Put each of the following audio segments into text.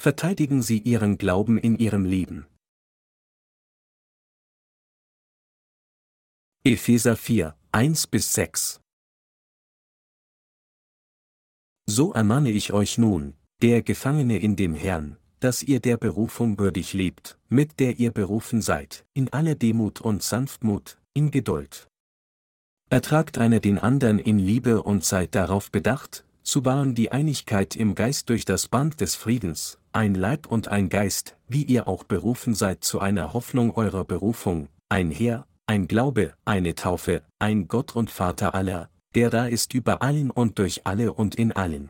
verteidigen Sie Ihren Glauben in Ihrem Leben. Epheser 4, 1-6. So ermahne ich euch nun, der Gefangene in dem Herrn, dass ihr der Berufung würdig lebt, mit der ihr berufen seid, in aller Demut und Sanftmut, in Geduld. Ertragt einer den anderen in Liebe und seid darauf bedacht, zu wahren die Einigkeit im Geist durch das Band des Friedens, ein Leib und ein Geist, wie ihr auch berufen seid zu einer Hoffnung eurer Berufung, ein Herr, ein Glaube, eine Taufe, ein Gott und Vater aller, der da ist über allen und durch alle und in allen.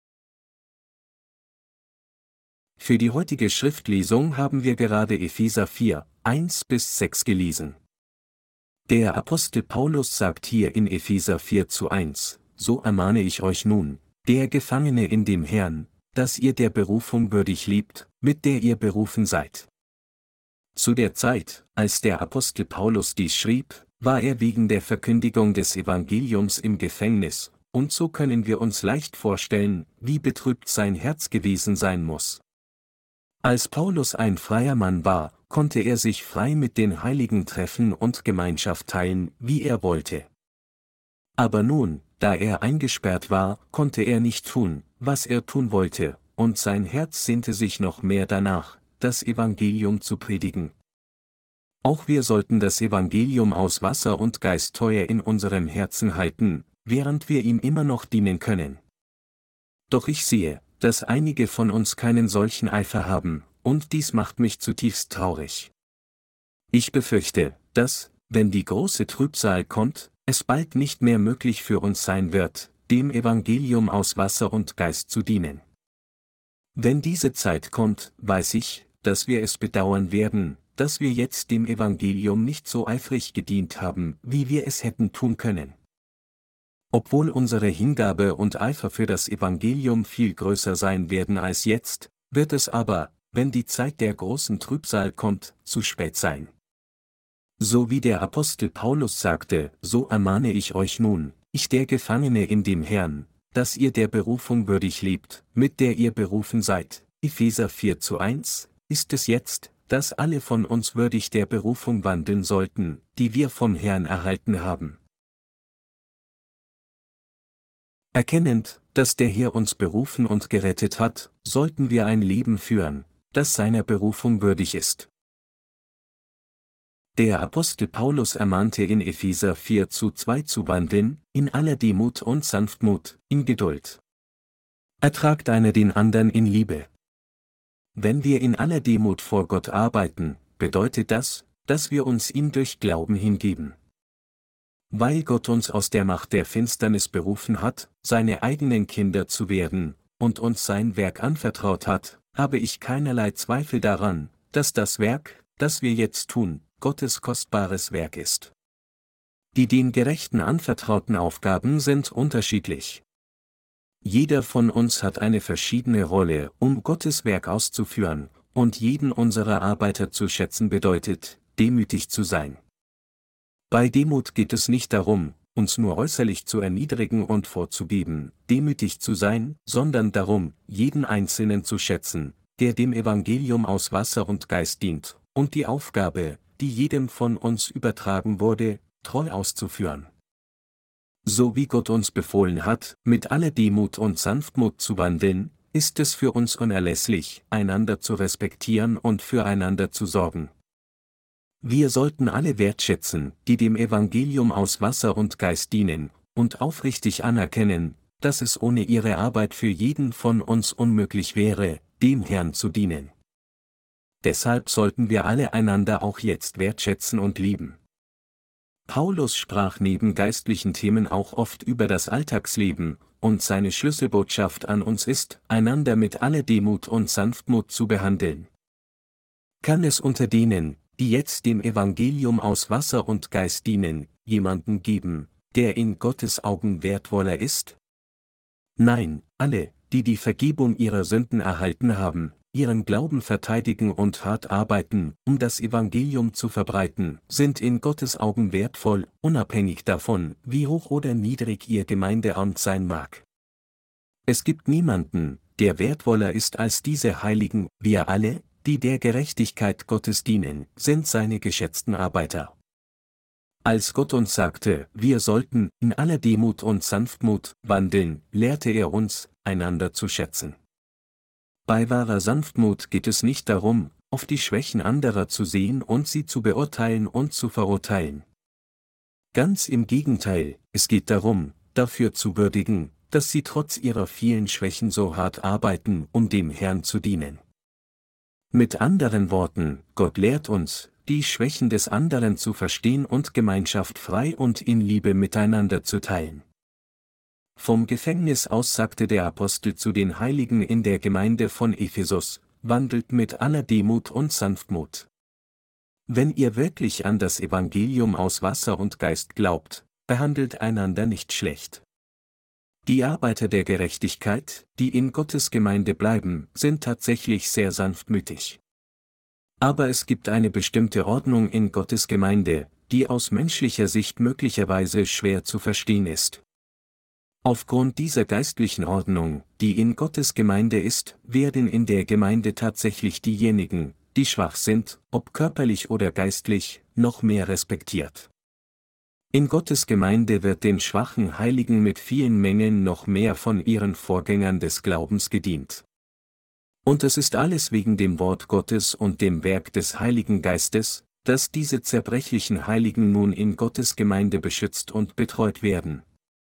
Für die heutige Schriftlesung haben wir gerade Epheser 4, 1-6 gelesen. Der Apostel Paulus sagt hier in Epheser 4:1, so ermahne ich euch nun, der Gefangene in dem Herrn, dass ihr der Berufung würdig lebt, mit der ihr berufen seid. Zu der Zeit, als der Apostel Paulus dies schrieb, war er wegen der Verkündigung des Evangeliums im Gefängnis, und so können wir uns leicht vorstellen, wie betrübt sein Herz gewesen sein muss. Als Paulus ein freier Mann war, konnte er sich frei mit den Heiligen treffen und Gemeinschaft teilen, wie er wollte. Aber nun, da er eingesperrt war, konnte er nicht tun, was er tun wollte, und sein Herz sehnte sich noch mehr danach, das Evangelium zu predigen. Auch wir sollten das Evangelium aus Wasser und Geist teuer in unserem Herzen halten, während wir ihm immer noch dienen können. Doch ich sehe, dass einige von uns keinen solchen Eifer haben, und dies macht mich zutiefst traurig. Ich befürchte, dass, wenn die große Trübsal kommt, es bald nicht mehr möglich für uns sein wird, dem Evangelium aus Wasser und Geist zu dienen. Wenn diese Zeit kommt, weiß ich, dass wir es bedauern werden, dass wir jetzt dem Evangelium nicht so eifrig gedient haben, wie wir es hätten tun können. Obwohl unsere Hingabe und Eifer für das Evangelium viel größer sein werden als jetzt, wird es aber, wenn die Zeit der großen Trübsal kommt, zu spät sein. So wie der Apostel Paulus sagte, so ermahne ich euch nun, ich der Gefangene in dem Herrn, dass ihr der Berufung würdig lebt, mit der ihr berufen seid. Epheser 4:1, ist es jetzt, dass alle von uns würdig der Berufung wandeln sollten, die wir vom Herrn erhalten haben. Erkennend, dass der Herr uns berufen und gerettet hat, sollten wir ein Leben führen, das seiner Berufung würdig ist. Der Apostel Paulus ermahnte in Epheser 4:2 zu wandeln, in aller Demut und Sanftmut, in Geduld. Ertragt einer den anderen in Liebe. Wenn wir in aller Demut vor Gott arbeiten, bedeutet das, dass wir uns ihm durch Glauben hingeben. Weil Gott uns aus der Macht der Finsternis berufen hat, seine eigenen Kinder zu werden, und uns sein Werk anvertraut hat, habe ich keinerlei Zweifel daran, dass das Werk, das wir jetzt tun, Gottes kostbares Werk ist. Die den Gerechten anvertrauten Aufgaben sind unterschiedlich. Jeder von uns hat eine verschiedene Rolle, um Gottes Werk auszuführen, und jeden unserer Arbeiter zu schätzen bedeutet, demütig zu sein. Bei Demut geht es nicht darum, uns nur äußerlich zu erniedrigen und vorzugeben, demütig zu sein, sondern darum, jeden Einzelnen zu schätzen, der dem Evangelium aus Wasser und Geist dient, und die Aufgabe, die jedem von uns übertragen wurde, treu auszuführen. So wie Gott uns befohlen hat, mit aller Demut und Sanftmut zu wandeln, ist es für uns unerlässlich, einander zu respektieren und füreinander zu sorgen. Wir sollten alle wertschätzen, die dem Evangelium aus Wasser und Geist dienen, und aufrichtig anerkennen, dass es ohne ihre Arbeit für jeden von uns unmöglich wäre, dem Herrn zu dienen. Deshalb sollten wir alle einander auch jetzt wertschätzen und lieben. Paulus sprach neben geistlichen Themen auch oft über das Alltagsleben, und seine Schlüsselbotschaft an uns ist, einander mit aller Demut und Sanftmut zu behandeln. Kann es unter denen, die jetzt dem Evangelium aus Wasser und Geist dienen, jemanden geben, der in Gottes Augen wertvoller ist? Nein, alle, die die Vergebung ihrer Sünden erhalten haben, ihren Glauben verteidigen und hart arbeiten, um das Evangelium zu verbreiten, sind in Gottes Augen wertvoll, unabhängig davon, wie hoch oder niedrig ihr Gemeindeamt sein mag. Es gibt niemanden, der wertvoller ist als diese Heiligen. Wir alle, die der Gerechtigkeit Gottes dienen, sind seine geschätzten Arbeiter. Als Gott uns sagte, wir sollten in aller Demut und Sanftmut wandeln, lehrte er uns, einander zu schätzen. Bei wahrer Sanftmut geht es nicht darum, auf die Schwächen anderer zu sehen und sie zu beurteilen und zu verurteilen. Ganz im Gegenteil, es geht darum, dafür zu würdigen, dass sie trotz ihrer vielen Schwächen so hart arbeiten, um dem Herrn zu dienen. Mit anderen Worten, Gott lehrt uns, die Schwächen des anderen zu verstehen und Gemeinschaft frei und in Liebe miteinander zu teilen. Vom Gefängnis aus sagte der Apostel zu den Heiligen in der Gemeinde von Ephesus: Wandelt mit aller Demut und Sanftmut. Wenn ihr wirklich an das Evangelium aus Wasser und Geist glaubt, behandelt einander nicht schlecht. Die Arbeiter der Gerechtigkeit, die in Gottes Gemeinde bleiben, sind tatsächlich sehr sanftmütig. Aber es gibt eine bestimmte Ordnung in Gottes Gemeinde, die aus menschlicher Sicht möglicherweise schwer zu verstehen ist. Aufgrund dieser geistlichen Ordnung, die in Gottes Gemeinde ist, werden in der Gemeinde tatsächlich diejenigen, die schwach sind, ob körperlich oder geistlich, noch mehr respektiert. In Gottes Gemeinde wird den schwachen Heiligen mit vielen Mängeln noch mehr von ihren Vorgängern des Glaubens gedient. Und es ist alles wegen dem Wort Gottes und dem Werk des Heiligen Geistes, dass diese zerbrechlichen Heiligen nun in Gottes Gemeinde beschützt und betreut werden.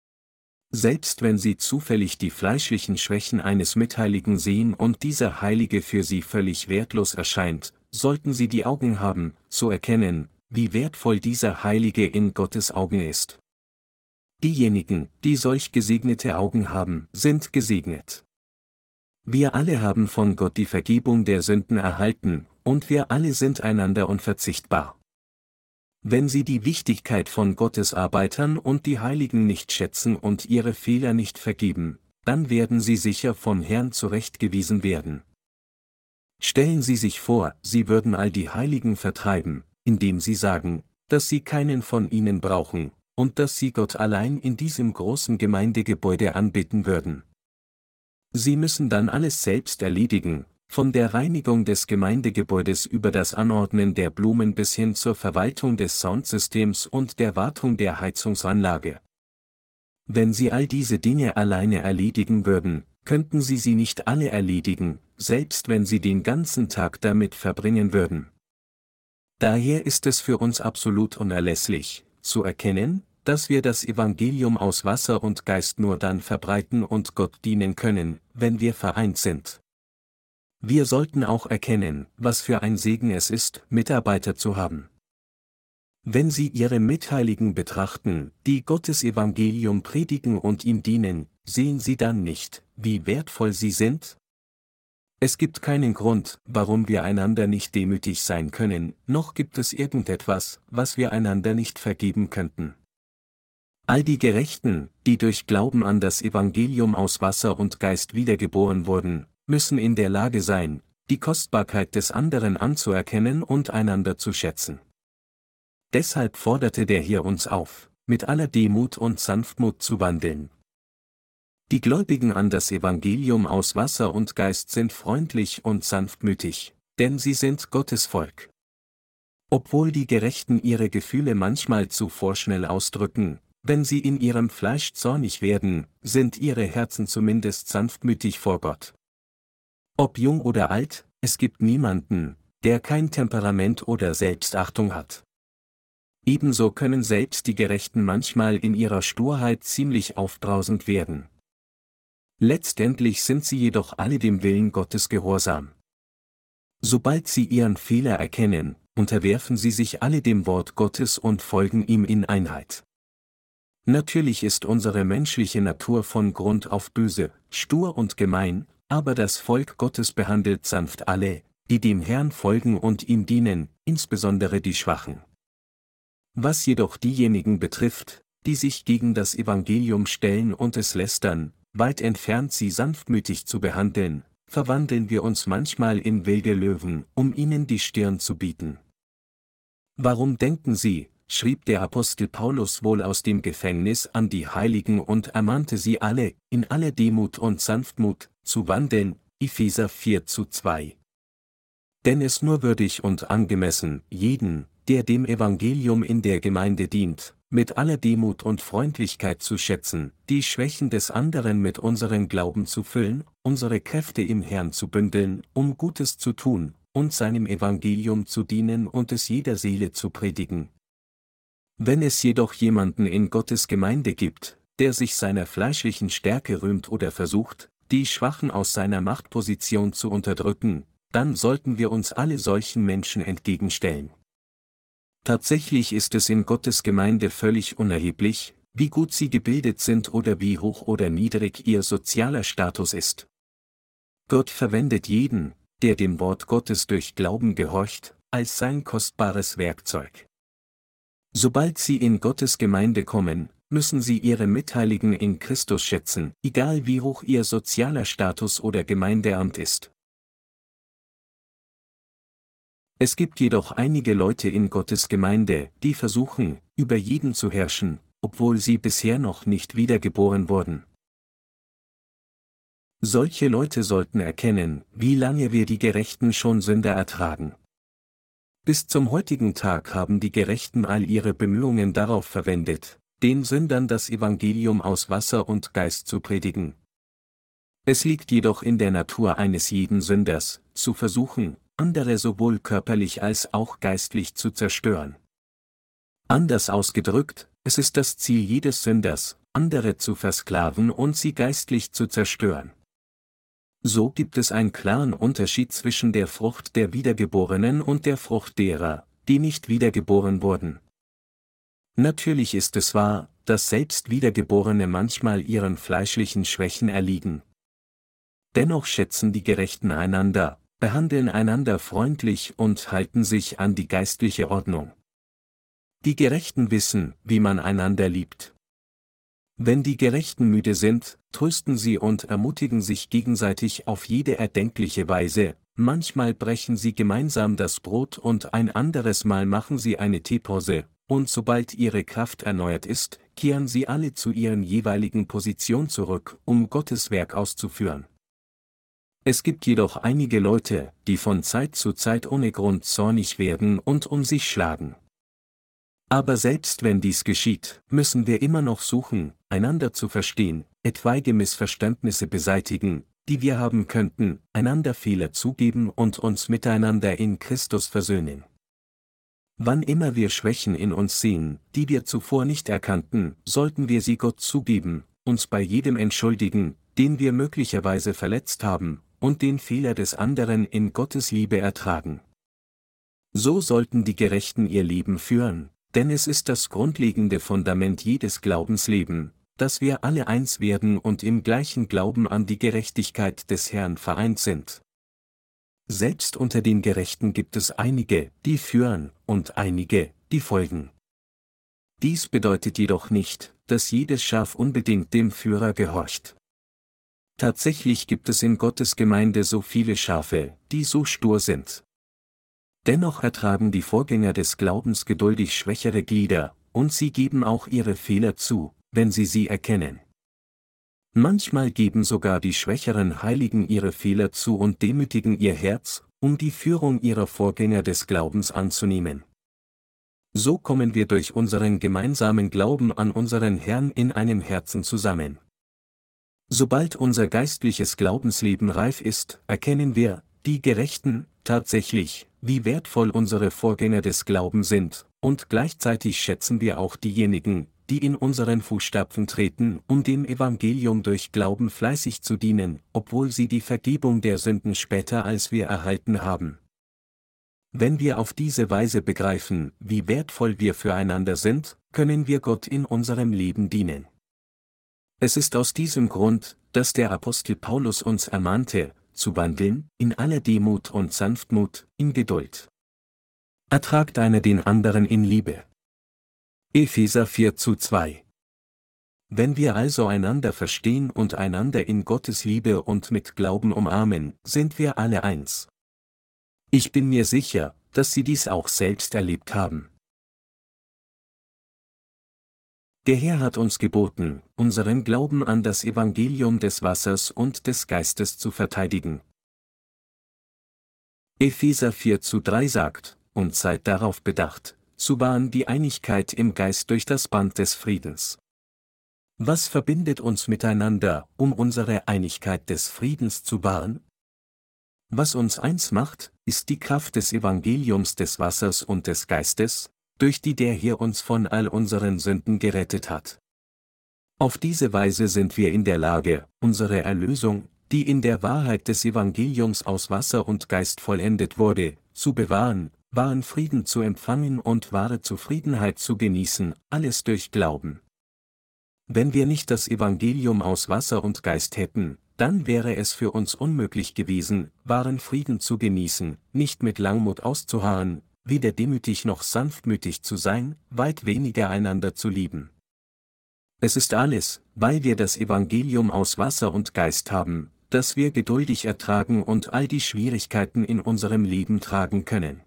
Selbst wenn sie zufällig die fleischlichen Schwächen eines Mitheiligen sehen und dieser Heilige für sie völlig wertlos erscheint, sollten sie die Augen haben, zu erkennen, wie wertvoll dieser Heilige in Gottes Augen ist. Diejenigen, die solch gesegnete Augen haben, sind gesegnet. Wir alle haben von Gott die Vergebung der Sünden erhalten, und wir alle sind einander unverzichtbar. Wenn Sie die Wichtigkeit von Gottes Arbeitern und die Heiligen nicht schätzen und ihre Fehler nicht vergeben, dann werden Sie sicher vom Herrn zurechtgewiesen werden. Stellen Sie sich vor, Sie würden all die Heiligen vertreiben, indem Sie sagen, dass Sie keinen von ihnen brauchen, und dass Sie Gott allein in diesem großen Gemeindegebäude anbeten würden. Sie müssen dann alles selbst erledigen, von der Reinigung des Gemeindegebäudes über das Anordnen der Blumen bis hin zur Verwaltung des Soundsystems und der Wartung der Heizungsanlage. Wenn Sie all diese Dinge alleine erledigen würden, könnten Sie sie nicht alle erledigen, selbst wenn Sie den ganzen Tag damit verbringen würden. Daher ist es für uns absolut unerlässlich, zu erkennen, dass wir das Evangelium aus Wasser und Geist nur dann verbreiten und Gott dienen können, wenn wir vereint sind. Wir sollten auch erkennen, was für ein Segen es ist, Mitarbeiter zu haben. Wenn Sie Ihre Mitheiligen betrachten, die Gottes Evangelium predigen und ihm dienen, sehen Sie dann nicht, wie wertvoll sie sind? Es gibt keinen Grund, warum wir einander nicht demütig sein können, noch gibt es irgendetwas, was wir einander nicht vergeben könnten. All die Gerechten, die durch Glauben an das Evangelium aus Wasser und Geist wiedergeboren wurden, müssen in der Lage sein, die Kostbarkeit des anderen anzuerkennen und einander zu schätzen. Deshalb forderte der Herr uns auf, mit aller Demut und Sanftmut zu wandeln. Die Gläubigen an das Evangelium aus Wasser und Geist sind freundlich und sanftmütig, denn sie sind Gottes Volk. Obwohl die Gerechten ihre Gefühle manchmal zu vorschnell ausdrücken, wenn sie in ihrem Fleisch zornig werden, sind ihre Herzen zumindest sanftmütig vor Gott. Ob jung oder alt, es gibt niemanden, der kein Temperament oder Selbstachtung hat. Ebenso können selbst die Gerechten manchmal in ihrer Sturheit ziemlich aufbrausend werden. Letztendlich sind sie jedoch alle dem Willen Gottes gehorsam. Sobald sie ihren Fehler erkennen, unterwerfen sie sich alle dem Wort Gottes und folgen ihm in Einheit. Natürlich ist unsere menschliche Natur von Grund auf böse, stur und gemein, aber das Volk Gottes behandelt sanft alle, die dem Herrn folgen und ihm dienen, insbesondere die Schwachen. Was jedoch diejenigen betrifft, die sich gegen das Evangelium stellen und es lästern, weit entfernt sie sanftmütig zu behandeln, verwandeln wir uns manchmal in wilde Löwen, um ihnen die Stirn zu bieten. Warum denken Sie, schrieb der Apostel Paulus wohl aus dem Gefängnis an die Heiligen und ermahnte sie alle, in aller Demut und Sanftmut, zu wandeln, Epheser 4:2. Denn es nur würdig und angemessen, jeden, der dem Evangelium in der Gemeinde dient, mit aller Demut und Freundlichkeit zu schätzen, die Schwächen des anderen mit unserem Glauben zu füllen, unsere Kräfte im Herrn zu bündeln, um Gutes zu tun, und seinem Evangelium zu dienen und es jeder Seele zu predigen. Wenn es jedoch jemanden in Gottes Gemeinde gibt, der sich seiner fleischlichen Stärke rühmt oder versucht, die Schwachen aus seiner Machtposition zu unterdrücken, dann sollten wir uns alle solchen Menschen entgegenstellen. Tatsächlich ist es in Gottes Gemeinde völlig unerheblich, wie gut sie gebildet sind oder wie hoch oder niedrig ihr sozialer Status ist. Gott verwendet jeden, der dem Wort Gottes durch Glauben gehorcht, als sein kostbares Werkzeug. Sobald sie in Gottes Gemeinde kommen, müssen sie ihre Mitheiligen in Christus schätzen, egal wie hoch ihr sozialer Status oder Gemeindeamt ist. Es gibt jedoch einige Leute in Gottes Gemeinde, die versuchen, über jeden zu herrschen, obwohl sie bisher noch nicht wiedergeboren wurden. Solche Leute sollten erkennen, wie lange wir die Gerechten schon Sünder ertragen. Bis zum heutigen Tag haben die Gerechten all ihre Bemühungen darauf verwendet, den Sündern das Evangelium aus Wasser und Geist zu predigen. Es liegt jedoch in der Natur eines jeden Sünders, zu versuchen, andere sowohl körperlich als auch geistlich zu zerstören. Anders ausgedrückt, es ist das Ziel jedes Sünders, andere zu versklaven und sie geistlich zu zerstören. So gibt es einen klaren Unterschied zwischen der Frucht der Wiedergeborenen und der Frucht derer, die nicht wiedergeboren wurden. Natürlich ist es wahr, dass selbst Wiedergeborene manchmal ihren fleischlichen Schwächen erliegen. Dennoch schätzen die Gerechten einander, behandeln einander freundlich und halten sich an die geistliche Ordnung. Die Gerechten wissen, wie man einander liebt. Wenn die Gerechten müde sind, trösten sie und ermutigen sich gegenseitig auf jede erdenkliche Weise, manchmal brechen sie gemeinsam das Brot und ein anderes Mal machen sie eine Teepause, und sobald ihre Kraft erneuert ist, kehren sie alle zu ihren jeweiligen Positionen zurück, um Gottes Werk auszuführen. Es gibt jedoch einige Leute, die von Zeit zu Zeit ohne Grund zornig werden und um sich schlagen. Aber selbst wenn dies geschieht, müssen wir immer noch suchen, einander zu verstehen, etwaige Missverständnisse beseitigen, die wir haben könnten, einander Fehler zugeben und uns miteinander in Christus versöhnen. Wann immer wir Schwächen in uns sehen, die wir zuvor nicht erkannten, sollten wir sie Gott zugeben, uns bei jedem entschuldigen, den wir möglicherweise verletzt haben, und den Fehler des anderen in Gottes Liebe ertragen. So sollten die Gerechten ihr Leben führen, denn es ist das grundlegende Fundament jedes Glaubenslebens, dass wir alle eins werden und im gleichen Glauben an die Gerechtigkeit des Herrn vereint sind. Selbst unter den Gerechten gibt es einige, die führen, und einige, die folgen. Dies bedeutet jedoch nicht, dass jedes Schaf unbedingt dem Führer gehorcht. Tatsächlich gibt es in Gottes Gemeinde so viele Schafe, die so stur sind. Dennoch ertragen die Vorgänger des Glaubens geduldig schwächere Glieder, und sie geben auch ihre Fehler zu, wenn sie erkennen. Manchmal geben sogar die schwächeren Heiligen ihre Fehler zu und demütigen ihr Herz, um die Führung ihrer Vorgänger des Glaubens anzunehmen. So kommen wir durch unseren gemeinsamen Glauben an unseren Herrn in einem Herzen zusammen. Sobald unser geistliches Glaubensleben reif ist, erkennen wir, die Gerechten, tatsächlich, wie wertvoll unsere Vorgänger des Glaubens sind, und gleichzeitig schätzen wir auch diejenigen, die in unseren Fußstapfen treten, um dem Evangelium durch Glauben fleißig zu dienen, obwohl sie die Vergebung der Sünden später als wir erhalten haben. Wenn wir auf diese Weise begreifen, wie wertvoll wir füreinander sind, können wir Gott in unserem Leben dienen. Es ist aus diesem Grund, dass der Apostel Paulus uns ermahnte, zu wandeln, in aller Demut und Sanftmut, in Geduld. Ertragt einer den anderen in Liebe. Epheser 4:2. Wenn wir also einander verstehen und einander in Gottes Liebe und mit Glauben umarmen, sind wir alle eins. Ich bin mir sicher, dass Sie dies auch selbst erlebt haben. Der Herr hat uns geboten, unseren Glauben an das Evangelium des Wassers und des Geistes zu verteidigen. Epheser 4:3 sagt, und seid darauf bedacht, zu wahren die Einigkeit im Geist durch das Band des Friedens. Was verbindet uns miteinander, um unsere Einigkeit des Friedens zu wahren? Was uns eins macht, ist die Kraft des Evangeliums des Wassers und des Geistes, durch die der Herr uns von all unseren Sünden gerettet hat. Auf diese Weise sind wir in der Lage, unsere Erlösung, die in der Wahrheit des Evangeliums aus Wasser und Geist vollendet wurde, zu bewahren, wahren Frieden zu empfangen und wahre Zufriedenheit zu genießen, alles durch Glauben. Wenn wir nicht das Evangelium aus Wasser und Geist hätten, dann wäre es für uns unmöglich gewesen, wahren Frieden zu genießen, nicht mit Langmut auszuharren, weder demütig noch sanftmütig zu sein, weit weniger einander zu lieben. Es ist alles, weil wir das Evangelium aus Wasser und Geist haben, dass wir geduldig ertragen und all die Schwierigkeiten in unserem Leben tragen können.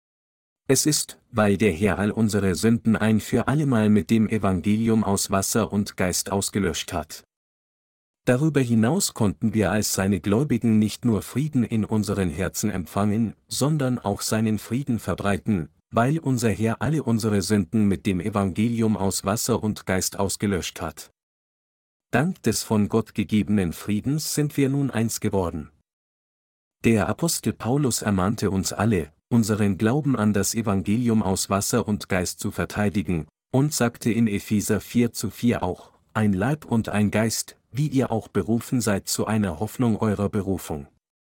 Es ist, weil der Herr all unsere Sünden ein für allemal mit dem Evangelium aus Wasser und Geist ausgelöscht hat. Darüber hinaus konnten wir als seine Gläubigen nicht nur Frieden in unseren Herzen empfangen, sondern auch seinen Frieden verbreiten, weil unser Herr alle unsere Sünden mit dem Evangelium aus Wasser und Geist ausgelöscht hat. Dank des von Gott gegebenen Friedens sind wir nun eins geworden. Der Apostel Paulus ermahnte uns alle, unseren Glauben an das Evangelium aus Wasser und Geist zu verteidigen, und sagte in Epheser 4:4 auch, ein Leib und ein Geist, wie ihr auch berufen seid zu einer Hoffnung eurer Berufung.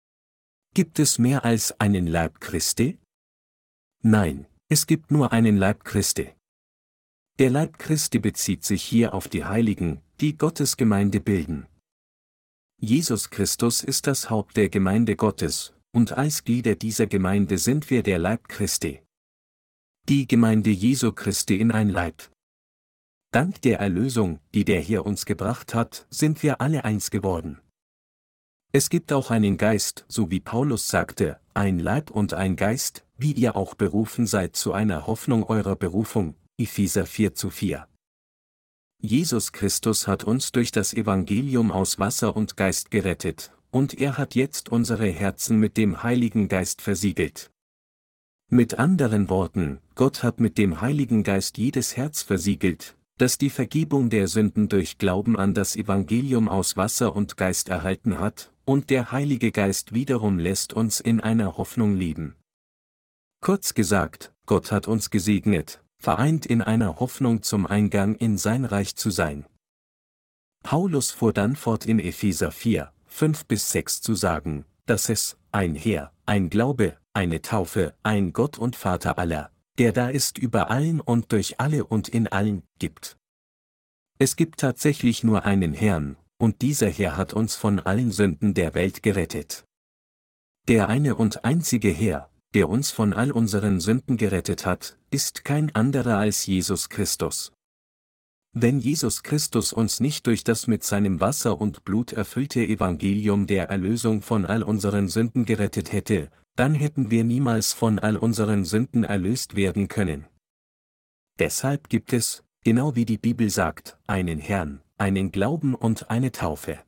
Gibt es mehr als einen Leib Christi? Nein, es gibt nur einen Leib Christi. Der Leib Christi bezieht sich hier auf die Heiligen, die Gottes Gemeinde bilden. Jesus Christus ist das Haupt der Gemeinde Gottes, und als Glieder dieser Gemeinde sind wir der Leib Christi. Die Gemeinde Jesu Christi in ein Leib. Dank der Erlösung, die der Herr uns gebracht hat, sind wir alle eins geworden. Es gibt auch einen Geist, so wie Paulus sagte, ein Leib und ein Geist, wie ihr auch berufen seid zu einer Hoffnung eurer Berufung, Epheser 4:4. Jesus Christus hat uns durch das Evangelium aus Wasser und Geist gerettet, und er hat jetzt unsere Herzen mit dem Heiligen Geist versiegelt. Mit anderen Worten, Gott hat mit dem Heiligen Geist jedes Herz versiegelt, das die Vergebung der Sünden durch Glauben an das Evangelium aus Wasser und Geist erhalten hat, und der Heilige Geist wiederum lässt uns in einer Hoffnung leben. Kurz gesagt, Gott hat uns gesegnet, vereint in einer Hoffnung zum Eingang in sein Reich zu sein. Paulus fuhr dann fort in Epheser 4:5-6 zu sagen, dass es ein Herr, ein Glaube, eine Taufe, ein Gott und Vater aller, der da ist über allen und durch alle und in allen, gibt. Es gibt tatsächlich nur einen Herrn, und dieser Herr hat uns von allen Sünden der Welt gerettet. Der eine und einzige Herr, der uns von all unseren Sünden gerettet hat, ist kein anderer als Jesus Christus. Wenn Jesus Christus uns nicht durch das mit seinem Wasser und Blut erfüllte Evangelium der Erlösung von all unseren Sünden gerettet hätte, dann hätten wir niemals von all unseren Sünden erlöst werden können. Deshalb gibt es, genau wie die Bibel sagt, einen Herrn, einen Glauben und eine Taufe.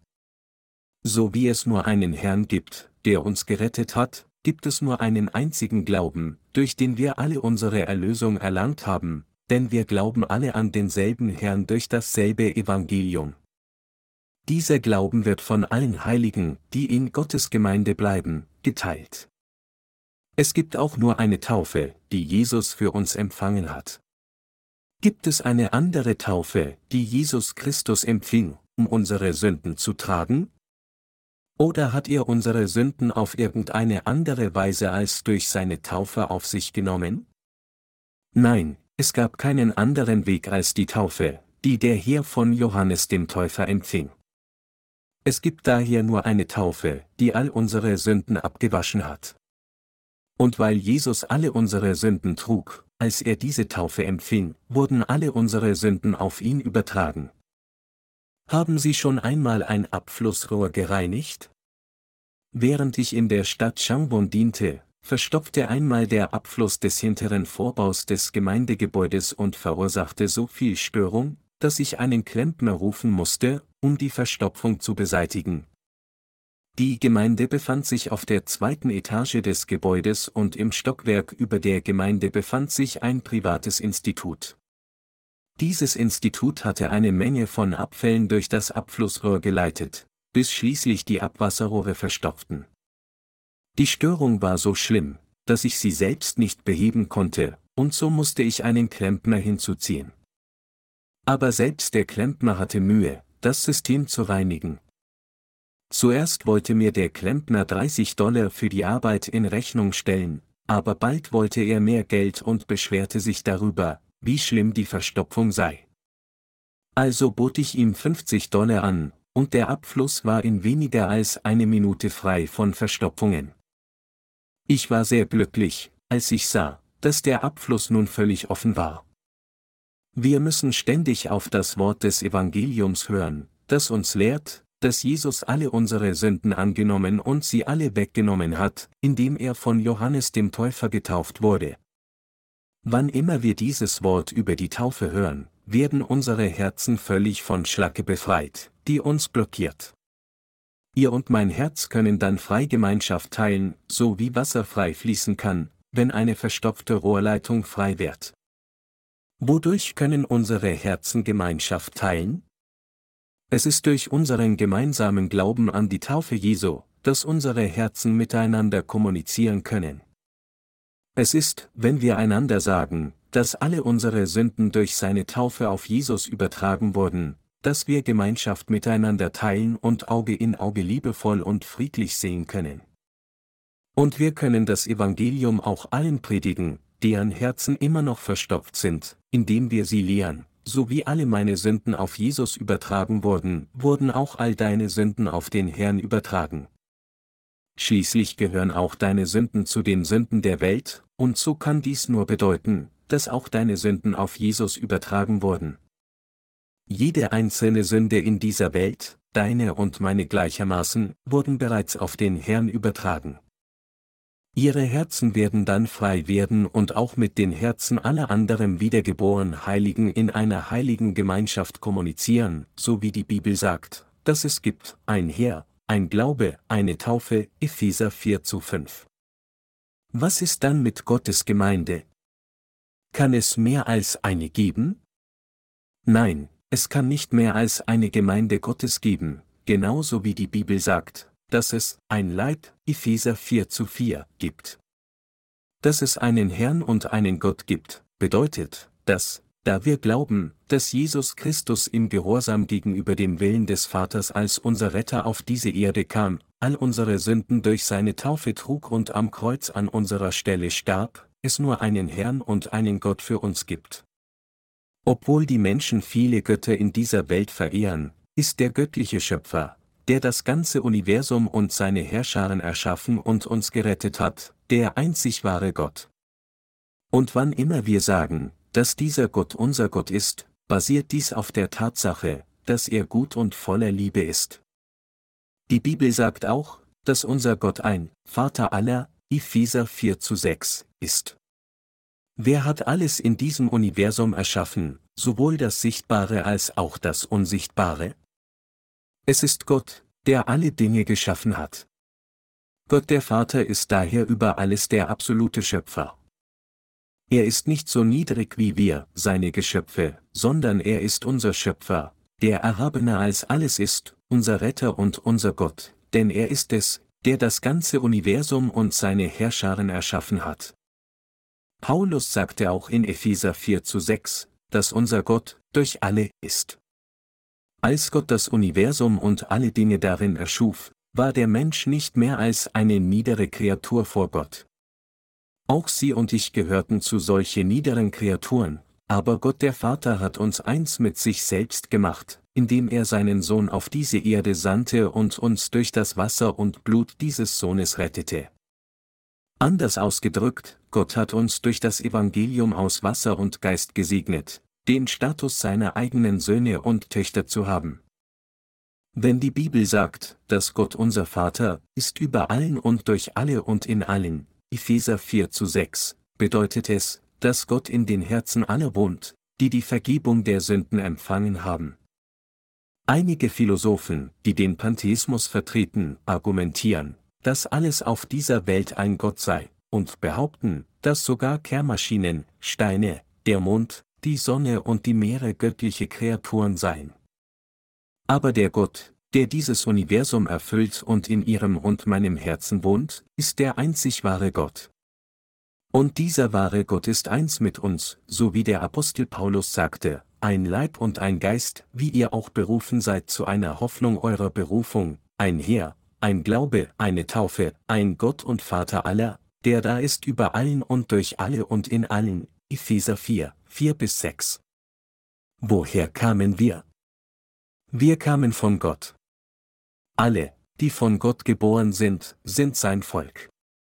So wie es nur einen Herrn gibt, der uns gerettet hat, gibt es nur einen einzigen Glauben, durch den wir alle unsere Erlösung erlangt haben, denn wir glauben alle an denselben Herrn durch dasselbe Evangelium. Dieser Glauben wird von allen Heiligen, die in Gottes Gemeinde bleiben, geteilt. Es gibt auch nur eine Taufe, die Jesus für uns empfangen hat. Gibt es eine andere Taufe, die Jesus Christus empfing, um unsere Sünden zu tragen? Oder hat er unsere Sünden auf irgendeine andere Weise als durch seine Taufe auf sich genommen? Nein, es gab keinen anderen Weg als die Taufe, die der Herr von Johannes dem Täufer empfing. Es gibt daher nur eine Taufe, die all unsere Sünden abgewaschen hat. Und weil Jesus alle unsere Sünden trug, als er diese Taufe empfing, wurden alle unsere Sünden auf ihn übertragen. Haben Sie schon einmal ein Abflussrohr gereinigt? Während ich in der Stadt Changwon diente, verstopfte einmal der Abfluss des hinteren Vorbaus des Gemeindegebäudes und verursachte so viel Störung, dass ich einen Klempner rufen musste, um die Verstopfung zu beseitigen. Die Gemeinde befand sich auf der 2. Etage des Gebäudes und im Stockwerk über der Gemeinde befand sich ein privates Institut. Dieses Institut hatte eine Menge von Abfällen durch das Abflussrohr geleitet, bis schließlich die Abwasserrohre verstopften. Die Störung war so schlimm, dass ich sie selbst nicht beheben konnte, und so musste ich einen Klempner hinzuziehen. Aber selbst der Klempner hatte Mühe, das System zu reinigen. Zuerst wollte mir der Klempner $30 für die Arbeit in Rechnung stellen, aber bald wollte er mehr Geld und beschwerte sich darüber, wie schlimm die Verstopfung sei. Also bot ich ihm $50 an, und der Abfluss war in weniger als eine Minute frei von Verstopfungen. Ich war sehr glücklich, als ich sah, dass der Abfluss nun völlig offen war. Wir müssen ständig auf das Wort des Evangeliums hören, das uns lehrt, dass Jesus alle unsere Sünden angenommen und sie alle weggenommen hat, indem er von Johannes dem Täufer getauft wurde. Wann immer wir dieses Wort über die Taufe hören, werden unsere Herzen völlig von Schlacke befreit, die uns blockiert. Ihr und mein Herz können dann frei Gemeinschaft teilen, so wie Wasser frei fließen kann, wenn eine verstopfte Rohrleitung frei wird. Wodurch können unsere Herzen Gemeinschaft teilen? Es ist durch unseren gemeinsamen Glauben an die Taufe Jesu, dass unsere Herzen miteinander kommunizieren können. Es ist, wenn wir einander sagen, dass alle unsere Sünden durch seine Taufe auf Jesus übertragen wurden, dass wir Gemeinschaft miteinander teilen und Auge in Auge liebevoll und friedlich sehen können. Und wir können das Evangelium auch allen predigen, deren Herzen immer noch verstopft sind, indem wir sie lehren. So wie alle meine Sünden auf Jesus übertragen wurden, wurden auch all deine Sünden auf den Herrn übertragen. Schließlich gehören auch deine Sünden zu den Sünden der Welt, und so kann dies nur bedeuten, dass auch deine Sünden auf Jesus übertragen wurden. Jede einzelne Sünde in dieser Welt, deine und meine gleichermaßen, wurden bereits auf den Herrn übertragen. Ihre Herzen werden dann frei werden und auch mit den Herzen aller anderen wiedergeborenen Heiligen in einer heiligen Gemeinschaft kommunizieren, so wie die Bibel sagt, dass es gibt ein Herr, ein Glaube, eine Taufe, Epheser 4:5. Was ist dann mit Gottes Gemeinde? Kann es mehr als eine geben? Nein, es kann nicht mehr als eine Gemeinde Gottes geben, genauso wie die Bibel sagt, dass es ein Leib, Epheser 4:4, gibt. Dass es einen Herrn und einen Gott gibt, bedeutet, dass, da wir glauben, dass Jesus Christus im Gehorsam gegenüber dem Willen des Vaters als unser Retter auf diese Erde kam, all unsere Sünden durch seine Taufe trug und am Kreuz an unserer Stelle starb, es nur einen Herrn und einen Gott für uns gibt. Obwohl die Menschen viele Götter in dieser Welt verehren, ist der göttliche Schöpfer, der das ganze Universum und seine Herrscharen erschaffen und uns gerettet hat, der einzig wahre Gott. Und wann immer wir sagen, dass dieser Gott unser Gott ist, basiert dies auf der Tatsache, dass er gut und voller Liebe ist. Die Bibel sagt auch, dass unser Gott ein Vater aller, Epheser 4:6, ist. Wer hat alles in diesem Universum erschaffen, sowohl das Sichtbare als auch das Unsichtbare? Es ist Gott, der alle Dinge geschaffen hat. Gott der Vater ist daher über alles der absolute Schöpfer. Er ist nicht so niedrig wie wir, seine Geschöpfe, sondern er ist unser Schöpfer, der erhabener als alles ist, unser Retter und unser Gott, denn er ist es, der das ganze Universum und seine Herrscharen erschaffen hat. Paulus sagte auch in Epheser 4:6, dass unser Gott durch alle ist. Als Gott das Universum und alle Dinge darin erschuf, war der Mensch nicht mehr als eine niedere Kreatur vor Gott. Auch Sie und ich gehörten zu solche niederen Kreaturen, aber Gott der Vater hat uns eins mit sich selbst gemacht, indem er seinen Sohn auf diese Erde sandte und uns durch das Wasser und Blut dieses Sohnes rettete. Anders ausgedrückt, Gott hat uns durch das Evangelium aus Wasser und Geist gesegnet, den Status seiner eigenen Söhne und Töchter zu haben. Wenn die Bibel sagt, dass Gott unser Vater ist über allen und durch alle und in allen, Epheser 4:6, bedeutet es, dass Gott in den Herzen aller wohnt, die die Vergebung der Sünden empfangen haben. Einige Philosophen, die den Pantheismus vertreten, argumentieren, dass alles auf dieser Welt ein Gott sei, und behaupten, dass sogar Kehrmaschinen, Steine, der Mond, die Sonne und die Meere göttliche Kreaturen seien. Aber der Gott, der dieses Universum erfüllt und in ihrem und meinem Herzen wohnt, ist der einzig wahre Gott. Und dieser wahre Gott ist eins mit uns, so wie der Apostel Paulus sagte, ein Leib und ein Geist, wie ihr auch berufen seid zu einer Hoffnung eurer Berufung, ein Heer, ein Glaube, eine Taufe, ein Gott und Vater aller, der da ist über allen und durch alle und in allen. Epheser 4, 4-6. Woher kamen wir? Wir kamen von Gott. Alle, die von Gott geboren sind, sind sein Volk.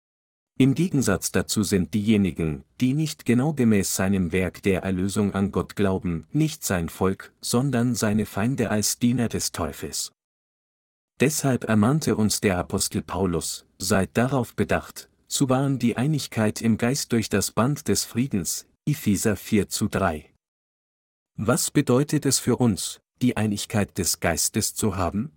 Im Gegensatz dazu sind diejenigen, die nicht genau gemäß seinem Werk der Erlösung an Gott glauben, nicht sein Volk, sondern seine Feinde als Diener des Teufels. Deshalb ermahnte uns der Apostel Paulus, seid darauf bedacht, zu wahren die Einigkeit im Geist durch das Band des Friedens, Epheser 4:3. Was bedeutet es für uns, die Einigkeit des Geistes zu haben?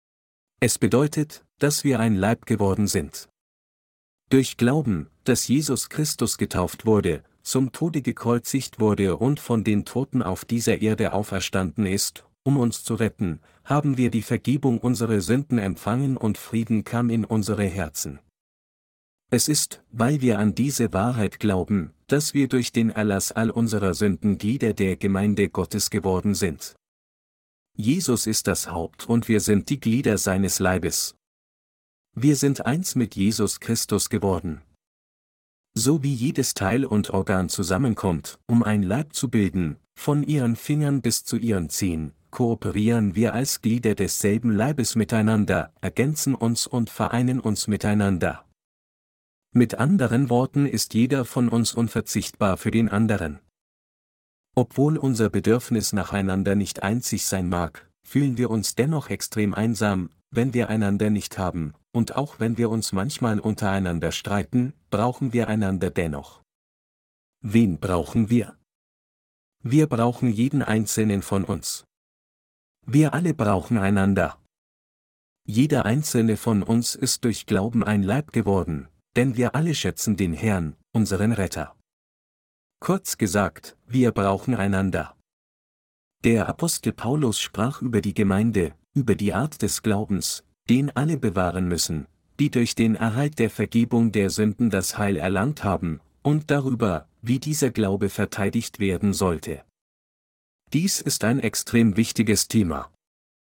Es bedeutet, dass wir ein Leib geworden sind. Durch Glauben, dass Jesus Christus getauft wurde, zum Tode gekreuzigt wurde und von den Toten auf dieser Erde auferstanden ist, um uns zu retten, haben wir die Vergebung unserer Sünden empfangen und Frieden kam in unsere Herzen. Es ist, weil wir an diese Wahrheit glauben, dass wir durch den Erlass all unserer Sünden Glieder der Gemeinde Gottes geworden sind. Jesus ist das Haupt und wir sind die Glieder seines Leibes. Wir sind eins mit Jesus Christus geworden. So wie jedes Teil und Organ zusammenkommt, um ein Leib zu bilden, von ihren Fingern bis zu ihren Zehen, kooperieren wir als Glieder desselben Leibes miteinander, ergänzen uns und vereinen uns miteinander. Mit anderen Worten ist jeder von uns unverzichtbar für den anderen. Obwohl unser Bedürfnis nacheinander nicht einzig sein mag, fühlen wir uns dennoch extrem einsam, wenn wir einander nicht haben, und auch wenn wir uns manchmal untereinander streiten, brauchen wir einander dennoch. Wen brauchen wir? Wir brauchen jeden einzelnen von uns. Wir alle brauchen einander. Jeder einzelne von uns ist durch Glauben ein Leib geworden, denn wir alle schätzen den Herrn, unseren Retter. Kurz gesagt, wir brauchen einander. Der Apostel Paulus sprach über die Gemeinde, über die Art des Glaubens, den alle bewahren müssen, die durch den Erhalt der Vergebung der Sünden das Heil erlangt haben, und darüber, wie dieser Glaube verteidigt werden sollte. Dies ist ein extrem wichtiges Thema.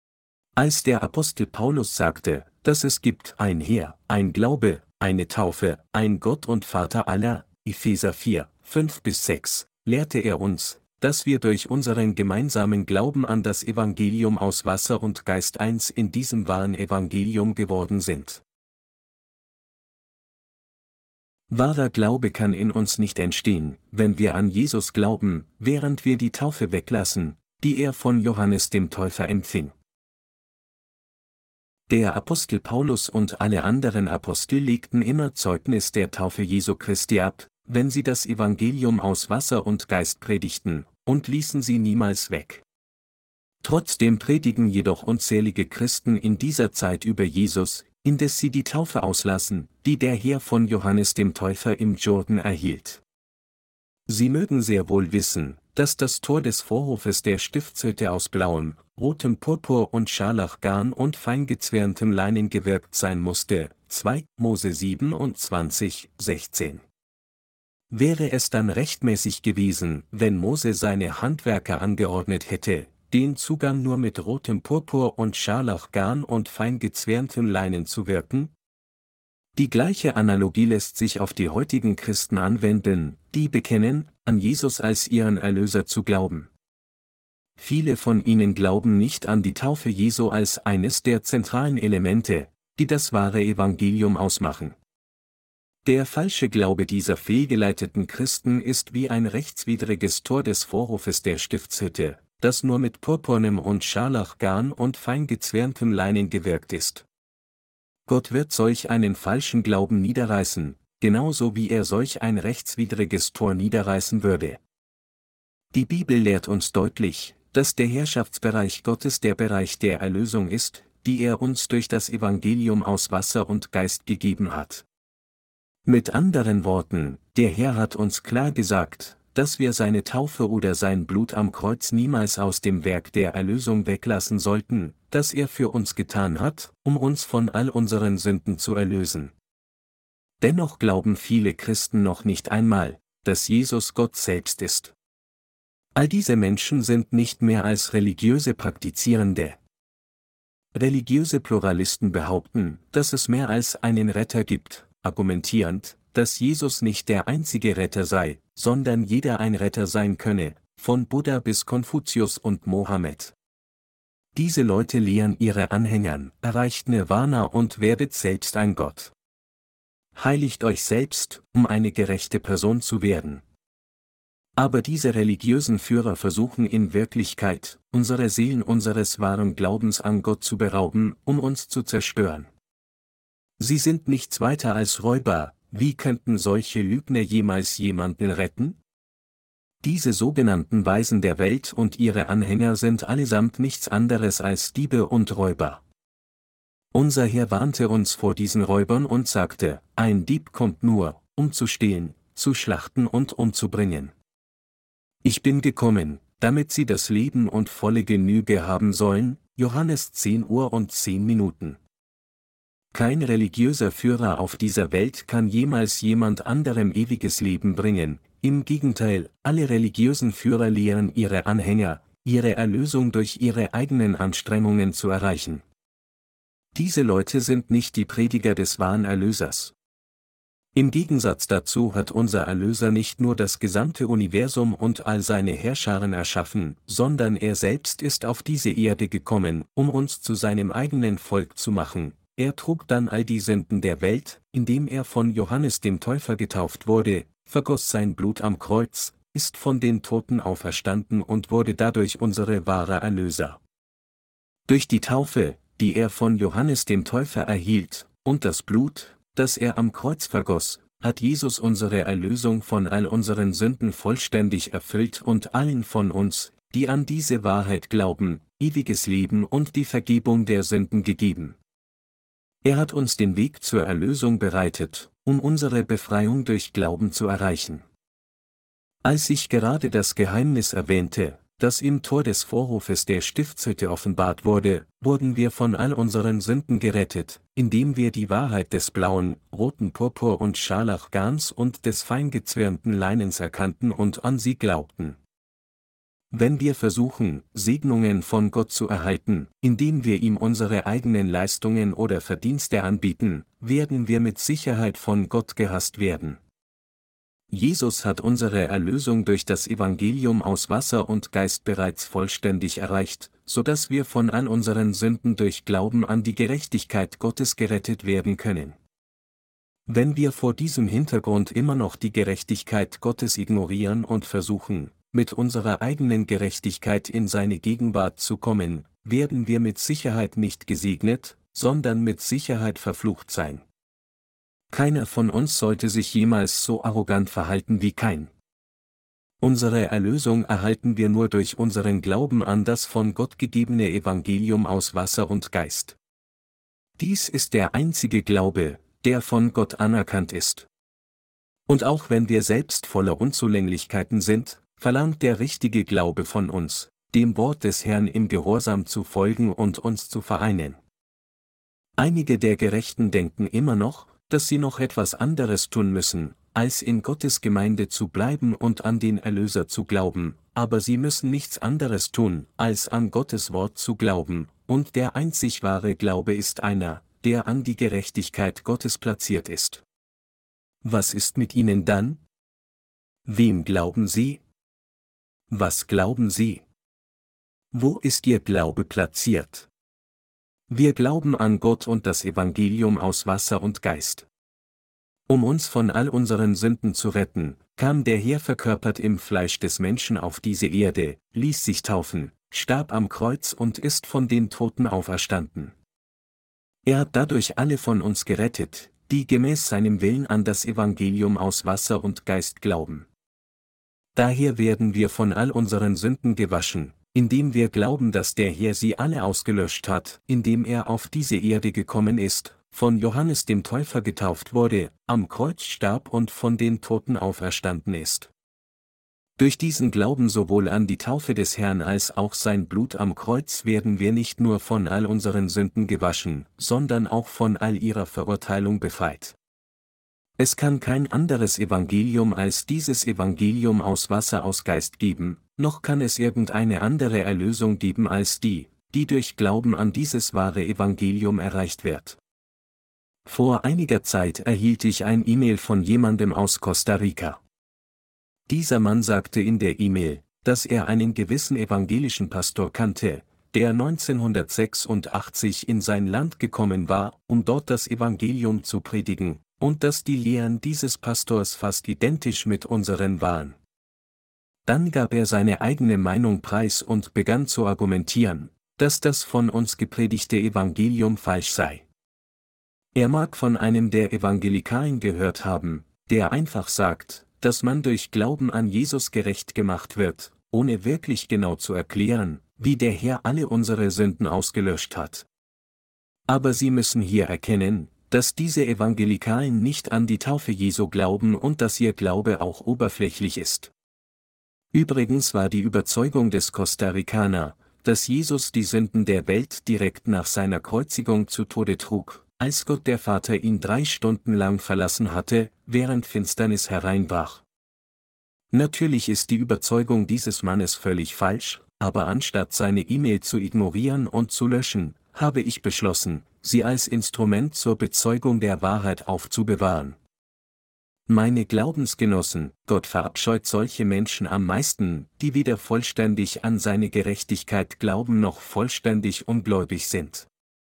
Als der Apostel Paulus sagte, dass es gibt ein Heer, ein Glaube, eine Taufe, ein Gott und Vater aller, Epheser 4, 5-6, lehrte er uns, dass wir durch unseren gemeinsamen Glauben an das Evangelium aus Wasser und Geist eins in diesem wahren Evangelium geworden sind. Wahrer Glaube kann in uns nicht entstehen, wenn wir an Jesus glauben, während wir die Taufe weglassen, die er von Johannes dem Täufer empfing. Der Apostel Paulus und alle anderen Apostel legten immer Zeugnis der Taufe Jesu Christi ab, wenn sie das Evangelium aus Wasser und Geist predigten, und ließen sie niemals weg. Trotzdem predigen jedoch unzählige Christen in dieser Zeit über Jesus, indes sie die Taufe auslassen, die der Herr von Johannes dem Täufer im Jordan erhielt. Sie mögen sehr wohl wissen, dass das Tor des Vorhofes der Stiftshütte aus blauem, rotem Purpur und Scharlachgarn und feingezwirntem Leinen gewirkt sein musste, 2 Mose 27, 16. Wäre es dann rechtmäßig gewesen, wenn Mose seine Handwerker angeordnet hätte, den Zugang nur mit rotem Purpur und Scharlachgarn und feingezwirntem Leinen zu wirken? Die gleiche Analogie lässt sich auf die heutigen Christen anwenden, die bekennen, an Jesus als ihren Erlöser zu glauben. Viele von ihnen glauben nicht an die Taufe Jesu als eines der zentralen Elemente, die das wahre Evangelium ausmachen. Der falsche Glaube dieser fehlgeleiteten Christen ist wie ein rechtswidriges Tor des Vorhofes der Stiftshütte, das nur mit purpurnem und Scharlachgarn und feingezwirntem Leinen gewirkt ist. Gott wird solch einen falschen Glauben niederreißen, genauso wie er solch ein rechtswidriges Tor niederreißen würde. Die Bibel lehrt uns deutlich, dass der Herrschaftsbereich Gottes der Bereich der Erlösung ist, die er uns durch das Evangelium aus Wasser und Geist gegeben hat. Mit anderen Worten, der Herr hat uns klar gesagt, dass wir seine Taufe oder sein Blut am Kreuz niemals aus dem Werk der Erlösung weglassen sollten, das er für uns getan hat, um uns von all unseren Sünden zu erlösen. Dennoch glauben viele Christen noch nicht einmal, dass Jesus Gott selbst ist. All diese Menschen sind nicht mehr als religiöse Praktizierende. Religiöse Pluralisten behaupten, dass es mehr als einen Retter gibt, argumentierend, dass Jesus nicht der einzige Retter sei, sondern jeder ein Retter sein könne, von Buddha bis Konfuzius und Mohammed. Diese Leute lehren ihre Anhängern, erreicht Nirvana und werdet selbst ein Gott. Heiligt euch selbst, um eine gerechte Person zu werden. Aber diese religiösen Führer versuchen in Wirklichkeit, unsere Seelen unseres wahren Glaubens an Gott zu berauben, um uns zu zerstören. Sie sind nichts weiter als Räuber. Wie könnten solche Lügner jemals jemanden retten? Diese sogenannten Weisen der Welt und ihre Anhänger sind allesamt nichts anderes als Diebe und Räuber. Unser Herr warnte uns vor diesen Räubern und sagte, ein Dieb kommt nur, um zu stehlen, zu schlachten und umzubringen. Ich bin gekommen, damit sie das Leben und volle Genüge haben sollen, Johannes 10:10. Kein religiöser Führer auf dieser Welt kann jemals jemand anderem ewiges Leben bringen, im Gegenteil, alle religiösen Führer lehren ihre Anhänger, ihre Erlösung durch ihre eigenen Anstrengungen zu erreichen. Diese Leute sind nicht die Prediger des wahren Erlösers. Im Gegensatz dazu hat unser Erlöser nicht nur das gesamte Universum und all seine Heerscharen erschaffen, sondern er selbst ist auf diese Erde gekommen, um uns zu seinem eigenen Volk zu machen. Er trug dann all die Sünden der Welt, indem er von Johannes dem Täufer getauft wurde, vergoss sein Blut am Kreuz, ist von den Toten auferstanden und wurde dadurch unsere wahre Erlöser. Durch die Taufe, die er von Johannes dem Täufer erhielt, und das Blut, das er am Kreuz vergoss, hat Jesus unsere Erlösung von all unseren Sünden vollständig erfüllt und allen von uns, die an diese Wahrheit glauben, ewiges Leben und die Vergebung der Sünden gegeben. Er hat uns den Weg zur Erlösung bereitet, um unsere Befreiung durch Glauben zu erreichen. Als ich gerade das Geheimnis erwähnte, das im Tor des Vorhofes der Stiftshütte offenbart wurde, wurden wir von all unseren Sünden gerettet, indem wir die Wahrheit des blauen, roten Purpur- und Scharlachgarns und des feingezwirnten Leinens erkannten und an sie glaubten. Wenn wir versuchen, Segnungen von Gott zu erhalten, indem wir ihm unsere eigenen Leistungen oder Verdienste anbieten, werden wir mit Sicherheit von Gott gehasst werden. Jesus hat unsere Erlösung durch das Evangelium aus Wasser und Geist bereits vollständig erreicht, so dass wir von all unseren Sünden durch Glauben an die Gerechtigkeit Gottes gerettet werden können. Wenn wir vor diesem Hintergrund immer noch die Gerechtigkeit Gottes ignorieren und versuchen, mit unserer eigenen Gerechtigkeit in seine Gegenwart zu kommen, werden wir mit Sicherheit nicht gesegnet, sondern mit Sicherheit verflucht sein. Keiner von uns sollte sich jemals so arrogant verhalten wie Kain. Unsere Erlösung erhalten wir nur durch unseren Glauben an das von Gott gegebene Evangelium aus Wasser und Geist. Dies ist der einzige Glaube, der von Gott anerkannt ist. Und auch wenn wir selbst voller Unzulänglichkeiten sind, verlangt der richtige Glaube von uns, dem Wort des Herrn im Gehorsam zu folgen und uns zu vereinen. Einige der Gerechten denken immer noch, dass sie noch etwas anderes tun müssen, als in Gottes Gemeinde zu bleiben und an den Erlöser zu glauben, aber sie müssen nichts anderes tun, als an Gottes Wort zu glauben, und der einzig wahre Glaube ist einer, der an die Gerechtigkeit Gottes platziert ist. Was ist mit ihnen dann? Wem glauben sie? Was glauben sie? Wo ist ihr Glaube platziert? Wir glauben an Gott und das Evangelium aus Wasser und Geist. Um uns von all unseren Sünden zu retten, kam der Herr verkörpert im Fleisch des Menschen auf diese Erde, ließ sich taufen, starb am Kreuz und ist von den Toten auferstanden. Er hat dadurch alle von uns gerettet, die gemäß seinem Willen an das Evangelium aus Wasser und Geist glauben. Daher werden wir von all unseren Sünden gewaschen, indem wir glauben, dass der Herr sie alle ausgelöscht hat, indem er auf diese Erde gekommen ist, von Johannes dem Täufer getauft wurde, am Kreuz starb und von den Toten auferstanden ist. Durch diesen Glauben sowohl an die Taufe des Herrn als auch sein Blut am Kreuz werden wir nicht nur von all unseren Sünden gewaschen, sondern auch von all ihrer Verurteilung befreit. Es kann kein anderes Evangelium als dieses Evangelium aus Wasser aus Geist geben, noch kann es irgendeine andere Erlösung geben als die, die durch Glauben an dieses wahre Evangelium erreicht wird. Vor einiger Zeit erhielt ich ein E-Mail von jemandem aus Costa Rica. Dieser Mann sagte in der E-Mail, dass er einen gewissen evangelischen Pastor kannte, der 1986 in sein Land gekommen war, um dort das Evangelium zu predigen, und dass die Lehren dieses Pastors fast identisch mit unseren waren. Dann gab er seine eigene Meinung preis und begann zu argumentieren, dass das von uns gepredigte Evangelium falsch sei. Er mag von einem der Evangelikalen gehört haben, der einfach sagt, dass man durch Glauben an Jesus gerecht gemacht wird, ohne wirklich genau zu erklären, wie der Herr alle unsere Sünden ausgelöscht hat. Aber Sie müssen hier erkennen, dass diese Evangelikalen nicht an die Taufe Jesu glauben und dass ihr Glaube auch oberflächlich ist. Übrigens war die Überzeugung des Costa Ricaner, dass Jesus die Sünden der Welt direkt nach seiner Kreuzigung zu Tode trug, als Gott der Vater ihn 3 Stunden lang verlassen hatte, während Finsternis hereinbrach. Natürlich ist die Überzeugung dieses Mannes völlig falsch, aber anstatt seine E-Mail zu ignorieren und zu löschen, habe ich beschlossen, sie als Instrument zur Bezeugung der Wahrheit aufzubewahren. Meine Glaubensgenossen, Gott verabscheut solche Menschen am meisten, die weder vollständig an seine Gerechtigkeit glauben noch vollständig ungläubig sind.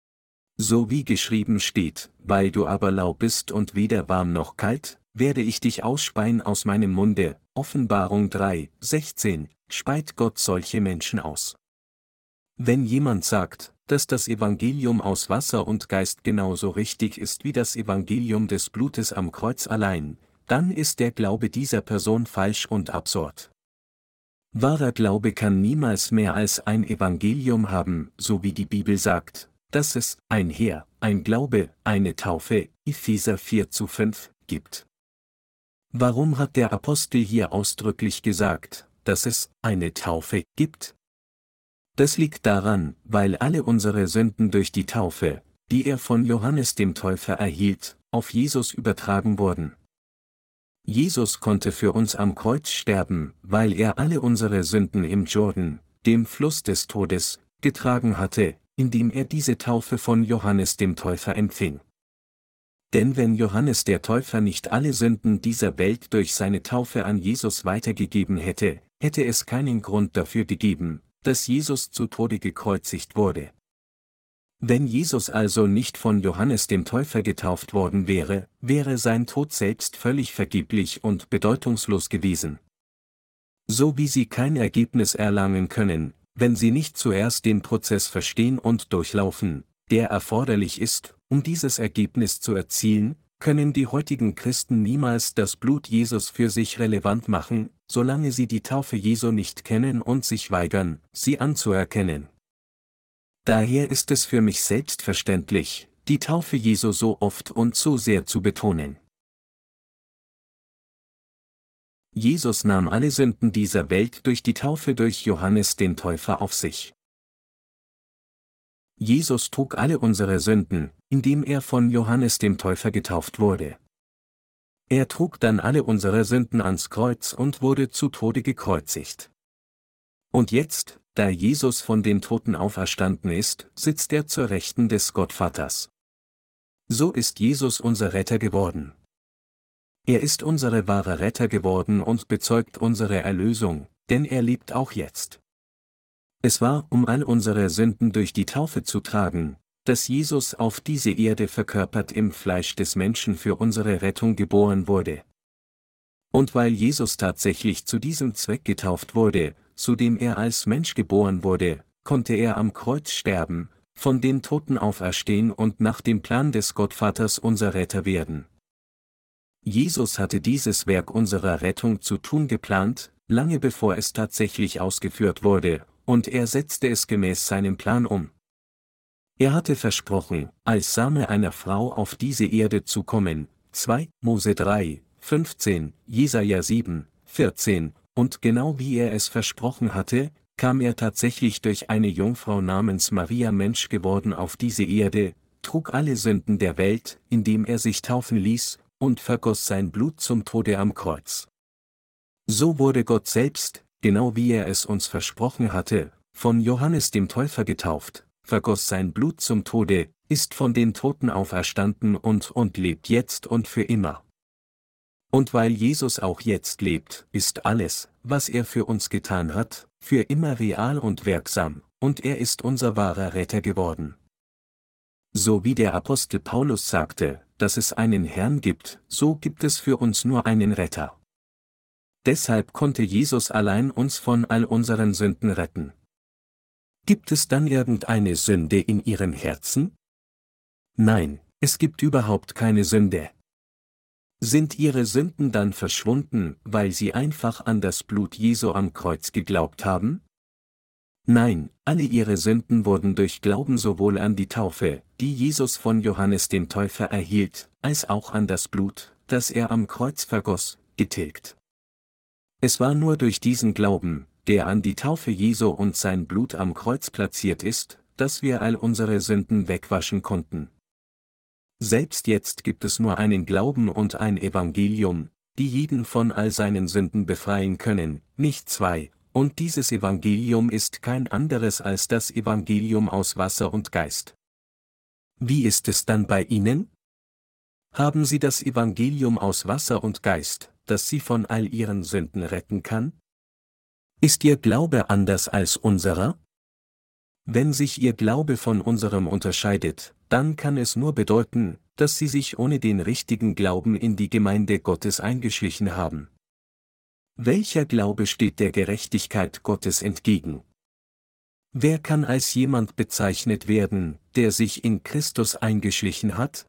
So wie geschrieben steht, weil du aber lau bist und weder warm noch kalt, werde ich dich ausspeien aus meinem Munde, Offenbarung 3,16, speit Gott solche Menschen aus. Wenn jemand sagt, dass das Evangelium aus Wasser und Geist genauso richtig ist wie das Evangelium des Blutes am Kreuz allein, dann ist der Glaube dieser Person falsch und absurd. Wahrer Glaube kann niemals mehr als ein Evangelium haben, so wie die Bibel sagt, dass es ein Herr, ein Glaube, eine Taufe, Epheser 4:5, gibt. Warum hat der Apostel hier ausdrücklich gesagt, dass es eine Taufe gibt? Das liegt daran, weil alle unsere Sünden durch die Taufe, die er von Johannes dem Täufer erhielt, auf Jesus übertragen wurden. Jesus konnte für uns am Kreuz sterben, weil er alle unsere Sünden im Jordan, dem Fluss des Todes, getragen hatte, indem er diese Taufe von Johannes dem Täufer empfing. Denn wenn Johannes der Täufer nicht alle Sünden dieser Welt durch seine Taufe an Jesus weitergegeben hätte, hätte es keinen Grund dafür gegeben, dass Jesus zu Tode gekreuzigt wurde. Wenn Jesus also nicht von Johannes dem Täufer getauft worden wäre, wäre sein Tod selbst völlig vergeblich und bedeutungslos gewesen. So wie Sie kein Ergebnis erlangen können, wenn Sie nicht zuerst den Prozess verstehen und durchlaufen, der erforderlich ist, um dieses Ergebnis zu erzielen, können die heutigen Christen niemals das Blut Jesus für sich relevant machen, solange sie die Taufe Jesu nicht kennen und sich weigern, sie anzuerkennen. Daher ist es für mich selbstverständlich, die Taufe Jesu so oft und so sehr zu betonen. Jesus nahm alle Sünden dieser Welt durch die Taufe durch Johannes den Täufer auf sich. Jesus trug alle unsere Sünden, indem er von Johannes dem Täufer getauft wurde. Er trug dann alle unsere Sünden ans Kreuz und wurde zu Tode gekreuzigt. Und jetzt, da Jesus von den Toten auferstanden ist, sitzt er zur Rechten des Gottvaters. So ist Jesus unser Retter geworden. Er ist unsere wahre Retter geworden und bezeugt unsere Erlösung, denn er lebt auch jetzt. Es war, um all unsere Sünden durch die Taufe zu tragen, dass Jesus auf diese Erde verkörpert im Fleisch des Menschen für unsere Rettung geboren wurde. Und weil Jesus tatsächlich zu diesem Zweck getauft wurde, zu dem er als Mensch geboren wurde, konnte er am Kreuz sterben, von den Toten auferstehen und nach dem Plan des Gottvaters unser Retter werden. Jesus hatte dieses Werk unserer Rettung zu tun geplant, lange bevor es tatsächlich ausgeführt wurde, und er setzte es gemäß seinem Plan um. Er hatte versprochen, als Same einer Frau auf diese Erde zu kommen, 2 Mose 3, 15, Jesaja 7, 14, und genau wie er es versprochen hatte, kam er tatsächlich durch eine Jungfrau namens Maria Mensch geworden auf diese Erde, trug alle Sünden der Welt, indem er sich taufen ließ, und vergoss sein Blut zum Tode am Kreuz. So wurde Gott selbst, genau wie er es uns versprochen hatte, von Johannes dem Täufer getauft, vergoss sein Blut zum Tode, ist von den Toten auferstanden und lebt jetzt und für immer. Und weil Jesus auch jetzt lebt, ist alles, was er für uns getan hat, für immer real und wirksam, und er ist unser wahrer Retter geworden. So wie der Apostel Paulus sagte, dass es einen Herrn gibt, so gibt es für uns nur einen Retter. Deshalb konnte Jesus allein uns von all unseren Sünden retten. Gibt es dann irgendeine Sünde in Ihrem Herzen? Nein, es gibt überhaupt keine Sünde. Sind Ihre Sünden dann verschwunden, weil Sie einfach an das Blut Jesu am Kreuz geglaubt haben? Nein, alle Ihre Sünden wurden durch Glauben sowohl an die Taufe, die Jesus von Johannes dem Täufer erhielt, als auch an das Blut, das er am Kreuz vergoss, getilgt. Es war nur durch diesen Glauben, der an die Taufe Jesu und sein Blut am Kreuz platziert ist, dass wir all unsere Sünden wegwaschen konnten. Selbst jetzt gibt es nur einen Glauben und ein Evangelium, die jeden von all seinen Sünden befreien können, nicht zwei, und dieses Evangelium ist kein anderes als das Evangelium aus Wasser und Geist. Wie ist es dann bei Ihnen? Haben Sie das Evangelium aus Wasser und Geist, das Sie von all Ihren Sünden retten kann? Ist Ihr Glaube anders als unserer? Wenn sich Ihr Glaube von unserem unterscheidet, dann kann es nur bedeuten, dass Sie sich ohne den richtigen Glauben in die Gemeinde Gottes eingeschlichen haben. Welcher Glaube steht der Gerechtigkeit Gottes entgegen? Wer kann als jemand bezeichnet werden, der sich in Christus eingeschlichen hat?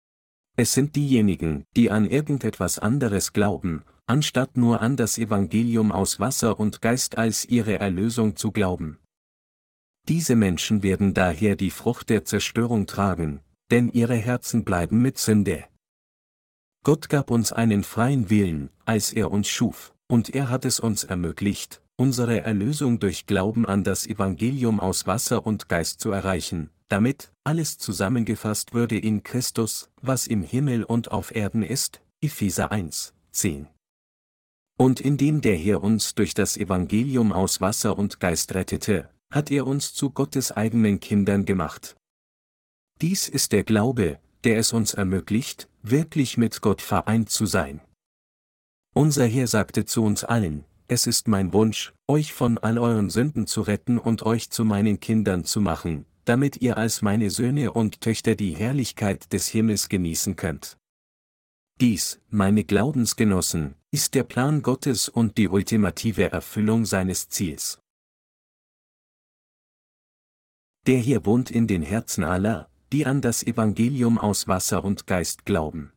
Es sind diejenigen, die an irgendetwas anderes glauben, anstatt nur an das Evangelium aus Wasser und Geist als ihre Erlösung zu glauben. Diese Menschen werden daher die Frucht der Zerstörung tragen, denn ihre Herzen bleiben mit Sünde. Gott gab uns einen freien Willen, als er uns schuf, und er hat es uns ermöglicht, unsere Erlösung durch Glauben an das Evangelium aus Wasser und Geist zu erreichen, damit alles zusammengefasst würde in Christus, was im Himmel und auf Erden ist, Epheser 1, 10. Und indem der Herr uns durch das Evangelium aus Wasser und Geist rettete, hat er uns zu Gottes eigenen Kindern gemacht. Dies ist der Glaube, der es uns ermöglicht, wirklich mit Gott vereint zu sein. Unser Herr sagte zu uns allen: Es ist mein Wunsch, euch von all euren Sünden zu retten und euch zu meinen Kindern zu machen, damit ihr als meine Söhne und Töchter die Herrlichkeit des Himmels genießen könnt. Dies, meine Glaubensgenossen, ist der Plan Gottes und die ultimative Erfüllung seines Ziels. Der Herr wohnt in den Herzen aller, die an das Evangelium aus Wasser und Geist glauben.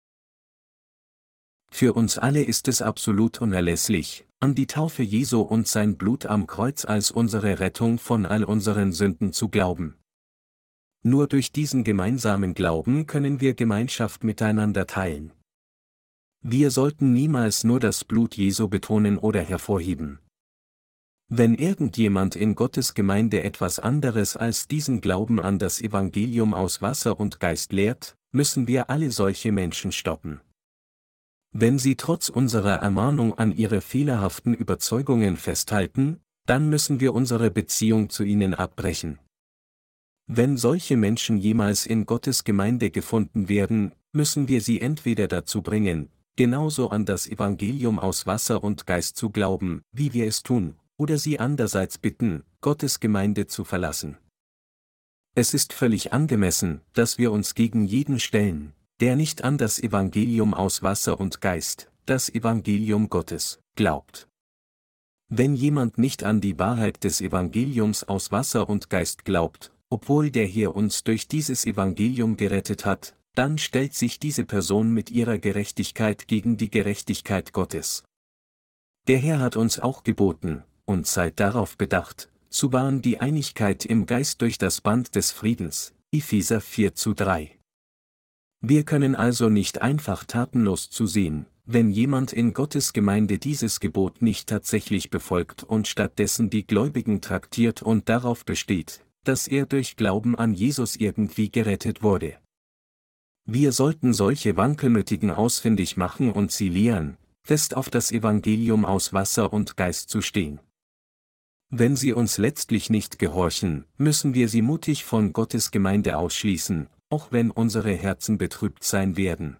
Für uns alle ist es absolut unerlässlich, an die Taufe Jesu und sein Blut am Kreuz als unsere Rettung von all unseren Sünden zu glauben. Nur durch diesen gemeinsamen Glauben können wir Gemeinschaft miteinander teilen. Wir sollten niemals nur das Blut Jesu betonen oder hervorheben. Wenn irgendjemand in Gottes Gemeinde etwas anderes als diesen Glauben an das Evangelium aus Wasser und Geist lehrt, müssen wir alle solche Menschen stoppen. Wenn sie trotz unserer Ermahnung an ihre fehlerhaften Überzeugungen festhalten, dann müssen wir unsere Beziehung zu ihnen abbrechen. Wenn solche Menschen jemals in Gottes Gemeinde gefunden werden, müssen wir sie entweder dazu bringen, genauso an das Evangelium aus Wasser und Geist zu glauben, wie wir es tun, oder sie andererseits bitten, Gottes Gemeinde zu verlassen. Es ist völlig angemessen, dass wir uns gegen jeden stellen, der nicht an das Evangelium aus Wasser und Geist, das Evangelium Gottes, glaubt. Wenn jemand nicht an die Wahrheit des Evangeliums aus Wasser und Geist glaubt, obwohl der Herr uns durch dieses Evangelium gerettet hat, dann stellt sich diese Person mit ihrer Gerechtigkeit gegen die Gerechtigkeit Gottes. Der Herr hat uns auch geboten, und seid darauf bedacht, zu wahren die Einigkeit im Geist durch das Band des Friedens, Epheser 4:3. Wir können also nicht einfach tatenlos zusehen, wenn jemand in Gottes Gemeinde dieses Gebot nicht tatsächlich befolgt und stattdessen die Gläubigen traktiert und darauf besteht, dass er durch Glauben an Jesus irgendwie gerettet wurde. Wir sollten solche Wankelmütigen ausfindig machen und sie lehren, fest auf das Evangelium aus Wasser und Geist zu stehen. Wenn sie uns letztlich nicht gehorchen, müssen wir sie mutig von Gottes Gemeinde ausschließen, auch wenn unsere Herzen betrübt sein werden.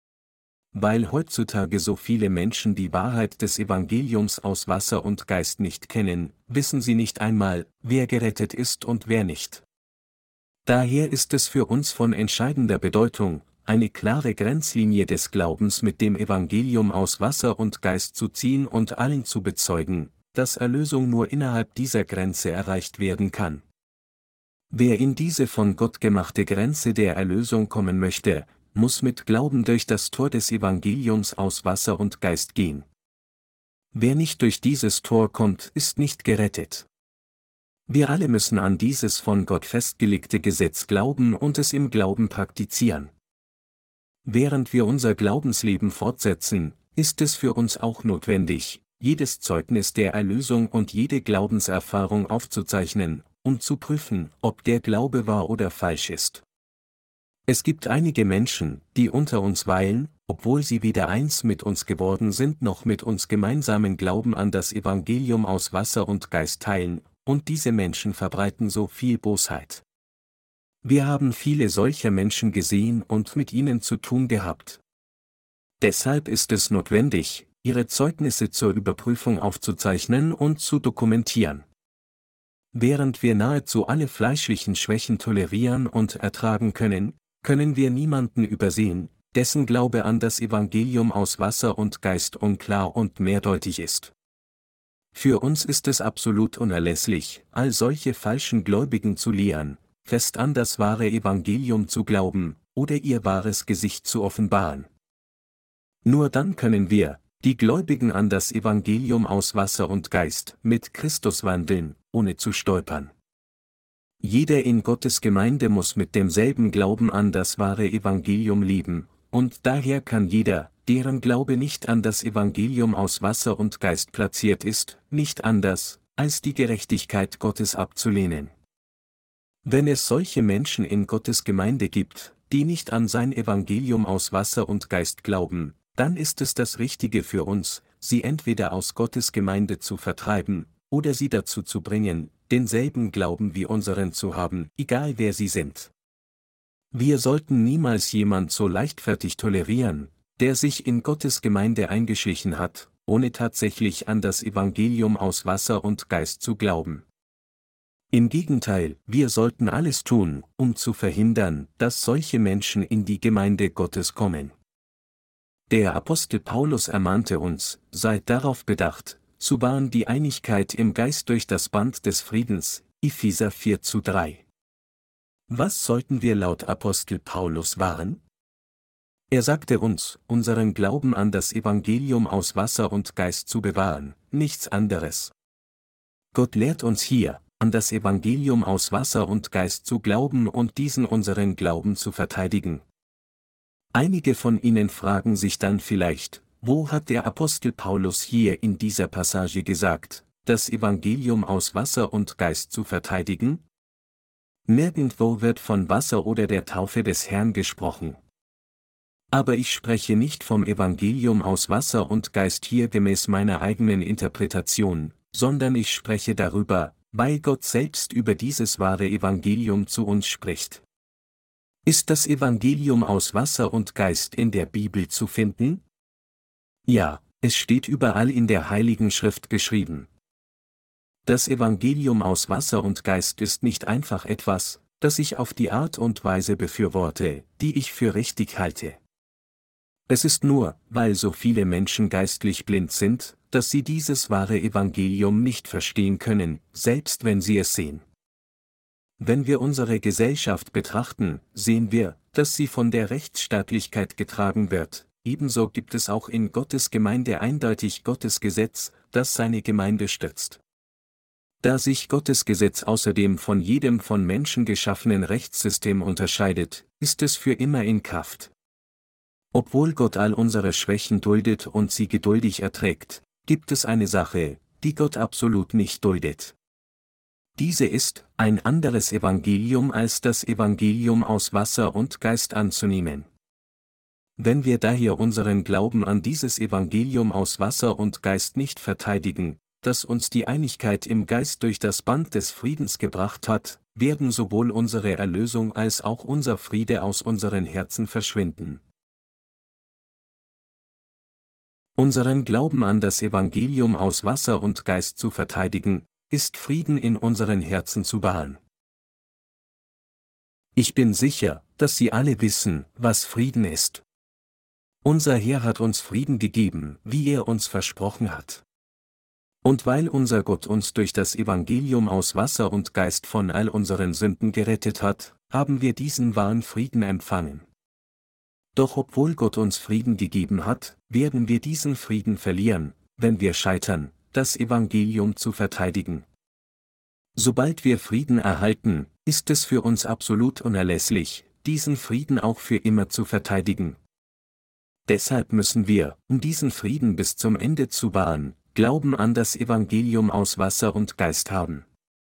Weil heutzutage so viele Menschen die Wahrheit des Evangeliums aus Wasser und Geist nicht kennen, wissen sie nicht einmal, wer gerettet ist und wer nicht. Daher ist es für uns von entscheidender Bedeutung, eine klare Grenzlinie des Glaubens mit dem Evangelium aus Wasser und Geist zu ziehen und allen zu bezeugen, dass Erlösung nur innerhalb dieser Grenze erreicht werden kann. Wer in diese von Gott gemachte Grenze der Erlösung kommen möchte, muss mit Glauben durch das Tor des Evangeliums aus Wasser und Geist gehen. Wer nicht durch dieses Tor kommt, ist nicht gerettet. Wir alle müssen an dieses von Gott festgelegte Gesetz glauben und es im Glauben praktizieren. Während wir unser Glaubensleben fortsetzen, ist es für uns auch notwendig, jedes Zeugnis der Erlösung und jede Glaubenserfahrung aufzuzeichnen, um zu prüfen, ob der Glaube wahr oder falsch ist. Es gibt einige Menschen, die unter uns weilen, obwohl sie weder eins mit uns geworden sind noch mit uns gemeinsamen Glauben an das Evangelium aus Wasser und Geist teilen, und diese Menschen verbreiten so viel Bosheit. Wir haben viele solcher Menschen gesehen und mit ihnen zu tun gehabt. Deshalb ist es notwendig, ihre Zeugnisse zur Überprüfung aufzuzeichnen und zu dokumentieren. Während wir nahezu alle fleischlichen Schwächen tolerieren und ertragen können, können wir niemanden übersehen, dessen Glaube an das Evangelium aus Wasser und Geist unklar und mehrdeutig ist. Für uns ist es absolut unerlässlich, all solche falschen Gläubigen zu lehren, fest an das wahre Evangelium zu glauben, oder ihr wahres Gesicht zu offenbaren. Nur dann können wir, die Gläubigen an das Evangelium aus Wasser und Geist, mit Christus wandeln, ohne zu stolpern. Jeder in Gottes Gemeinde muss mit demselben Glauben an das wahre Evangelium leben, und daher kann jeder, deren Glaube nicht an das Evangelium aus Wasser und Geist platziert ist, nicht anders, als die Gerechtigkeit Gottes abzulehnen. Wenn es solche Menschen in Gottes Gemeinde gibt, die nicht an sein Evangelium aus Wasser und Geist glauben, dann ist es das Richtige für uns, sie entweder aus Gottes Gemeinde zu vertreiben, oder sie dazu zu bringen, denselben Glauben wie unseren zu haben, egal wer sie sind. Wir sollten niemals jemand so leichtfertig tolerieren, der sich in Gottes Gemeinde eingeschlichen hat, ohne tatsächlich an das Evangelium aus Wasser und Geist zu glauben. Im Gegenteil, wir sollten alles tun, um zu verhindern, dass solche Menschen in die Gemeinde Gottes kommen. Der Apostel Paulus ermahnte uns, seid darauf bedacht, zu wahren die Einigkeit im Geist durch das Band des Friedens, Epheser 4:3. Was sollten wir laut Apostel Paulus wahren? Er sagte uns, unseren Glauben an das Evangelium aus Wasser und Geist zu bewahren, nichts anderes. Gott lehrt uns hier, an das Evangelium aus Wasser und Geist zu glauben und diesen unseren Glauben zu verteidigen. Einige von Ihnen fragen sich dann vielleicht, wo hat der Apostel Paulus hier in dieser Passage gesagt, das Evangelium aus Wasser und Geist zu verteidigen? Nirgendwo wird von Wasser oder der Taufe des Herrn gesprochen. Aber ich spreche nicht vom Evangelium aus Wasser und Geist hier gemäß meiner eigenen Interpretation, sondern ich spreche darüber, weil Gott selbst über dieses wahre Evangelium zu uns spricht. Ist das Evangelium aus Wasser und Geist in der Bibel zu finden? Ja, es steht überall in der Heiligen Schrift geschrieben. Das Evangelium aus Wasser und Geist ist nicht einfach etwas, das ich auf die Art und Weise befürworte, die ich für richtig halte. Es ist nur, weil so viele Menschen geistlich blind sind, dass sie dieses wahre Evangelium nicht verstehen können, selbst wenn sie es sehen. Wenn wir unsere Gesellschaft betrachten, sehen wir, dass sie von der Rechtsstaatlichkeit getragen wird, ebenso gibt es auch in Gottes Gemeinde eindeutig Gottes Gesetz, das seine Gemeinde stützt. Da sich Gottes Gesetz außerdem von jedem von Menschen geschaffenen Rechtssystem unterscheidet, ist es für immer in Kraft. Obwohl Gott all unsere Schwächen duldet und sie geduldig erträgt, gibt es eine Sache, die Gott absolut nicht duldet. Diese ist, ein anderes Evangelium als das Evangelium aus Wasser und Geist anzunehmen. Wenn wir daher unseren Glauben an dieses Evangelium aus Wasser und Geist nicht verteidigen, das uns die Einigkeit im Geist durch das Band des Friedens gebracht hat, werden sowohl unsere Erlösung als auch unser Friede aus unseren Herzen verschwinden. Unseren Glauben an das Evangelium aus Wasser und Geist zu verteidigen, ist Frieden in unseren Herzen zu bewahren. Ich bin sicher, dass Sie alle wissen, was Frieden ist. Unser Herr hat uns Frieden gegeben, wie er uns versprochen hat. Und weil unser Gott uns durch das Evangelium aus Wasser und Geist von all unseren Sünden gerettet hat, haben wir diesen wahren Frieden empfangen. Doch obwohl Gott uns Frieden gegeben hat, werden wir diesen Frieden verlieren, wenn wir scheitern, das Evangelium zu verteidigen. Sobald wir Frieden erhalten, ist es für uns absolut unerlässlich, diesen Frieden auch für immer zu verteidigen. Deshalb müssen wir, um diesen Frieden bis zum Ende zu wahren, Glauben an das Evangelium aus Wasser und Geist haben.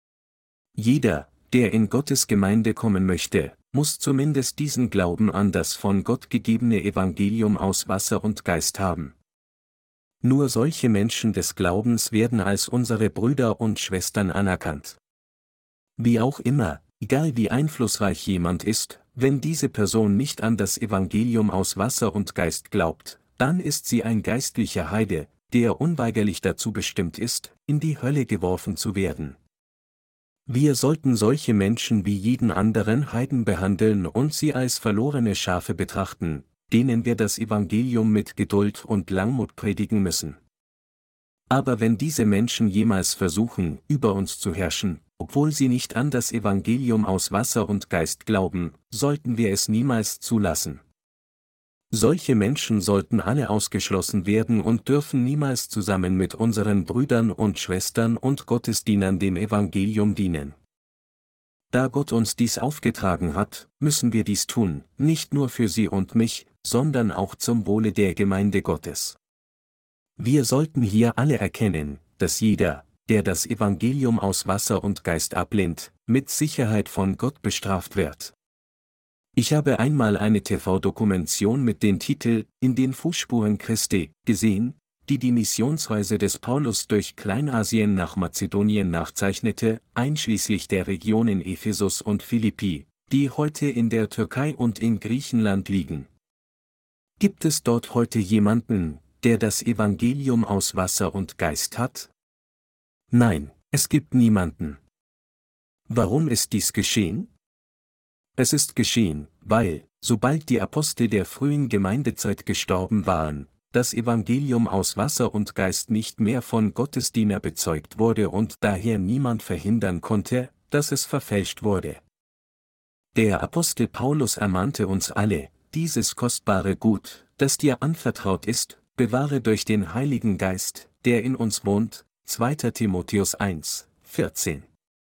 Jeder, der in Gottes Gemeinde kommen möchte, muss zumindest diesen Glauben an das von Gott gegebene Evangelium aus Wasser und Geist haben. Nur solche Menschen des Glaubens werden als unsere Brüder und Schwestern anerkannt. Wie auch immer, egal wie einflussreich jemand ist, wenn diese Person nicht an das Evangelium aus Wasser und Geist glaubt, dann ist sie ein geistlicher Heide, der unweigerlich dazu bestimmt ist, in die Hölle geworfen zu werden. Wir sollten solche Menschen wie jeden anderen Heiden behandeln und sie als verlorene Schafe betrachten, denen wir das Evangelium mit Geduld und Langmut predigen müssen. Aber wenn diese Menschen jemals versuchen, über uns zu herrschen, obwohl sie nicht an das Evangelium aus Wasser und Geist glauben, sollten wir es niemals zulassen. Solche Menschen sollten alle ausgeschlossen werden und dürfen niemals zusammen mit unseren Brüdern und Schwestern und Gottesdienern dem Evangelium dienen. Da Gott uns dies aufgetragen hat, müssen wir dies tun, nicht nur für Sie und mich, sondern auch zum Wohle der Gemeinde Gottes. Wir sollten hier alle erkennen, dass jeder, der das Evangelium aus Wasser und Geist ablehnt, mit Sicherheit von Gott bestraft wird. Ich habe einmal eine TV-Dokumentation mit dem Titel »In den Fußspuren Christi« gesehen, die die Missionsreise des Paulus durch Kleinasien nach Mazedonien nachzeichnete, einschließlich der Regionen Ephesus und Philippi, die heute in der Türkei und in Griechenland liegen. Gibt es dort heute jemanden, der das Evangelium aus Wasser und Geist hat? Nein, es gibt niemanden. Warum ist dies geschehen? Es ist geschehen, weil, sobald die Apostel der frühen Gemeindezeit gestorben waren, das Evangelium aus Wasser und Geist nicht mehr von Gottesdiener bezeugt wurde und daher niemand verhindern konnte, dass es verfälscht wurde. Der Apostel Paulus ermahnte uns alle, dieses kostbare Gut, das dir anvertraut ist, bewahre durch den Heiligen Geist, der in uns wohnt, 2. Timotheus 1, 14.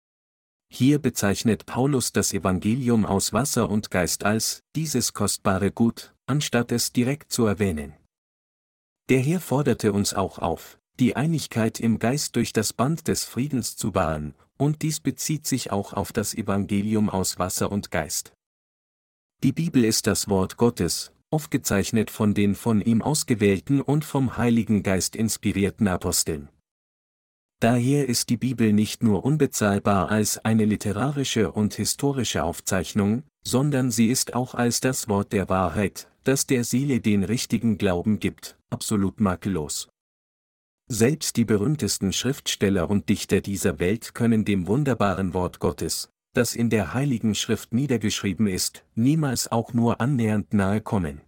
Hier bezeichnet Paulus das Evangelium aus Wasser und Geist als dieses kostbare Gut, anstatt es direkt zu erwähnen. Der Herr forderte uns auch auf, die Einigkeit im Geist durch das Band des Friedens zu wahren, und dies bezieht sich auch auf das Evangelium aus Wasser und Geist. Die Bibel ist das Wort Gottes, aufgezeichnet von den von ihm ausgewählten und vom Heiligen Geist inspirierten Aposteln. Daher ist die Bibel nicht nur unbezahlbar als eine literarische und historische Aufzeichnung, sondern sie ist auch als das Wort der Wahrheit, das der Seele den richtigen Glauben gibt, absolut makellos. Selbst die berühmtesten Schriftsteller und Dichter dieser Welt können dem wunderbaren Wort Gottes, das in der Heiligen Schrift niedergeschrieben ist, niemals auch nur annähernd nahe kommen.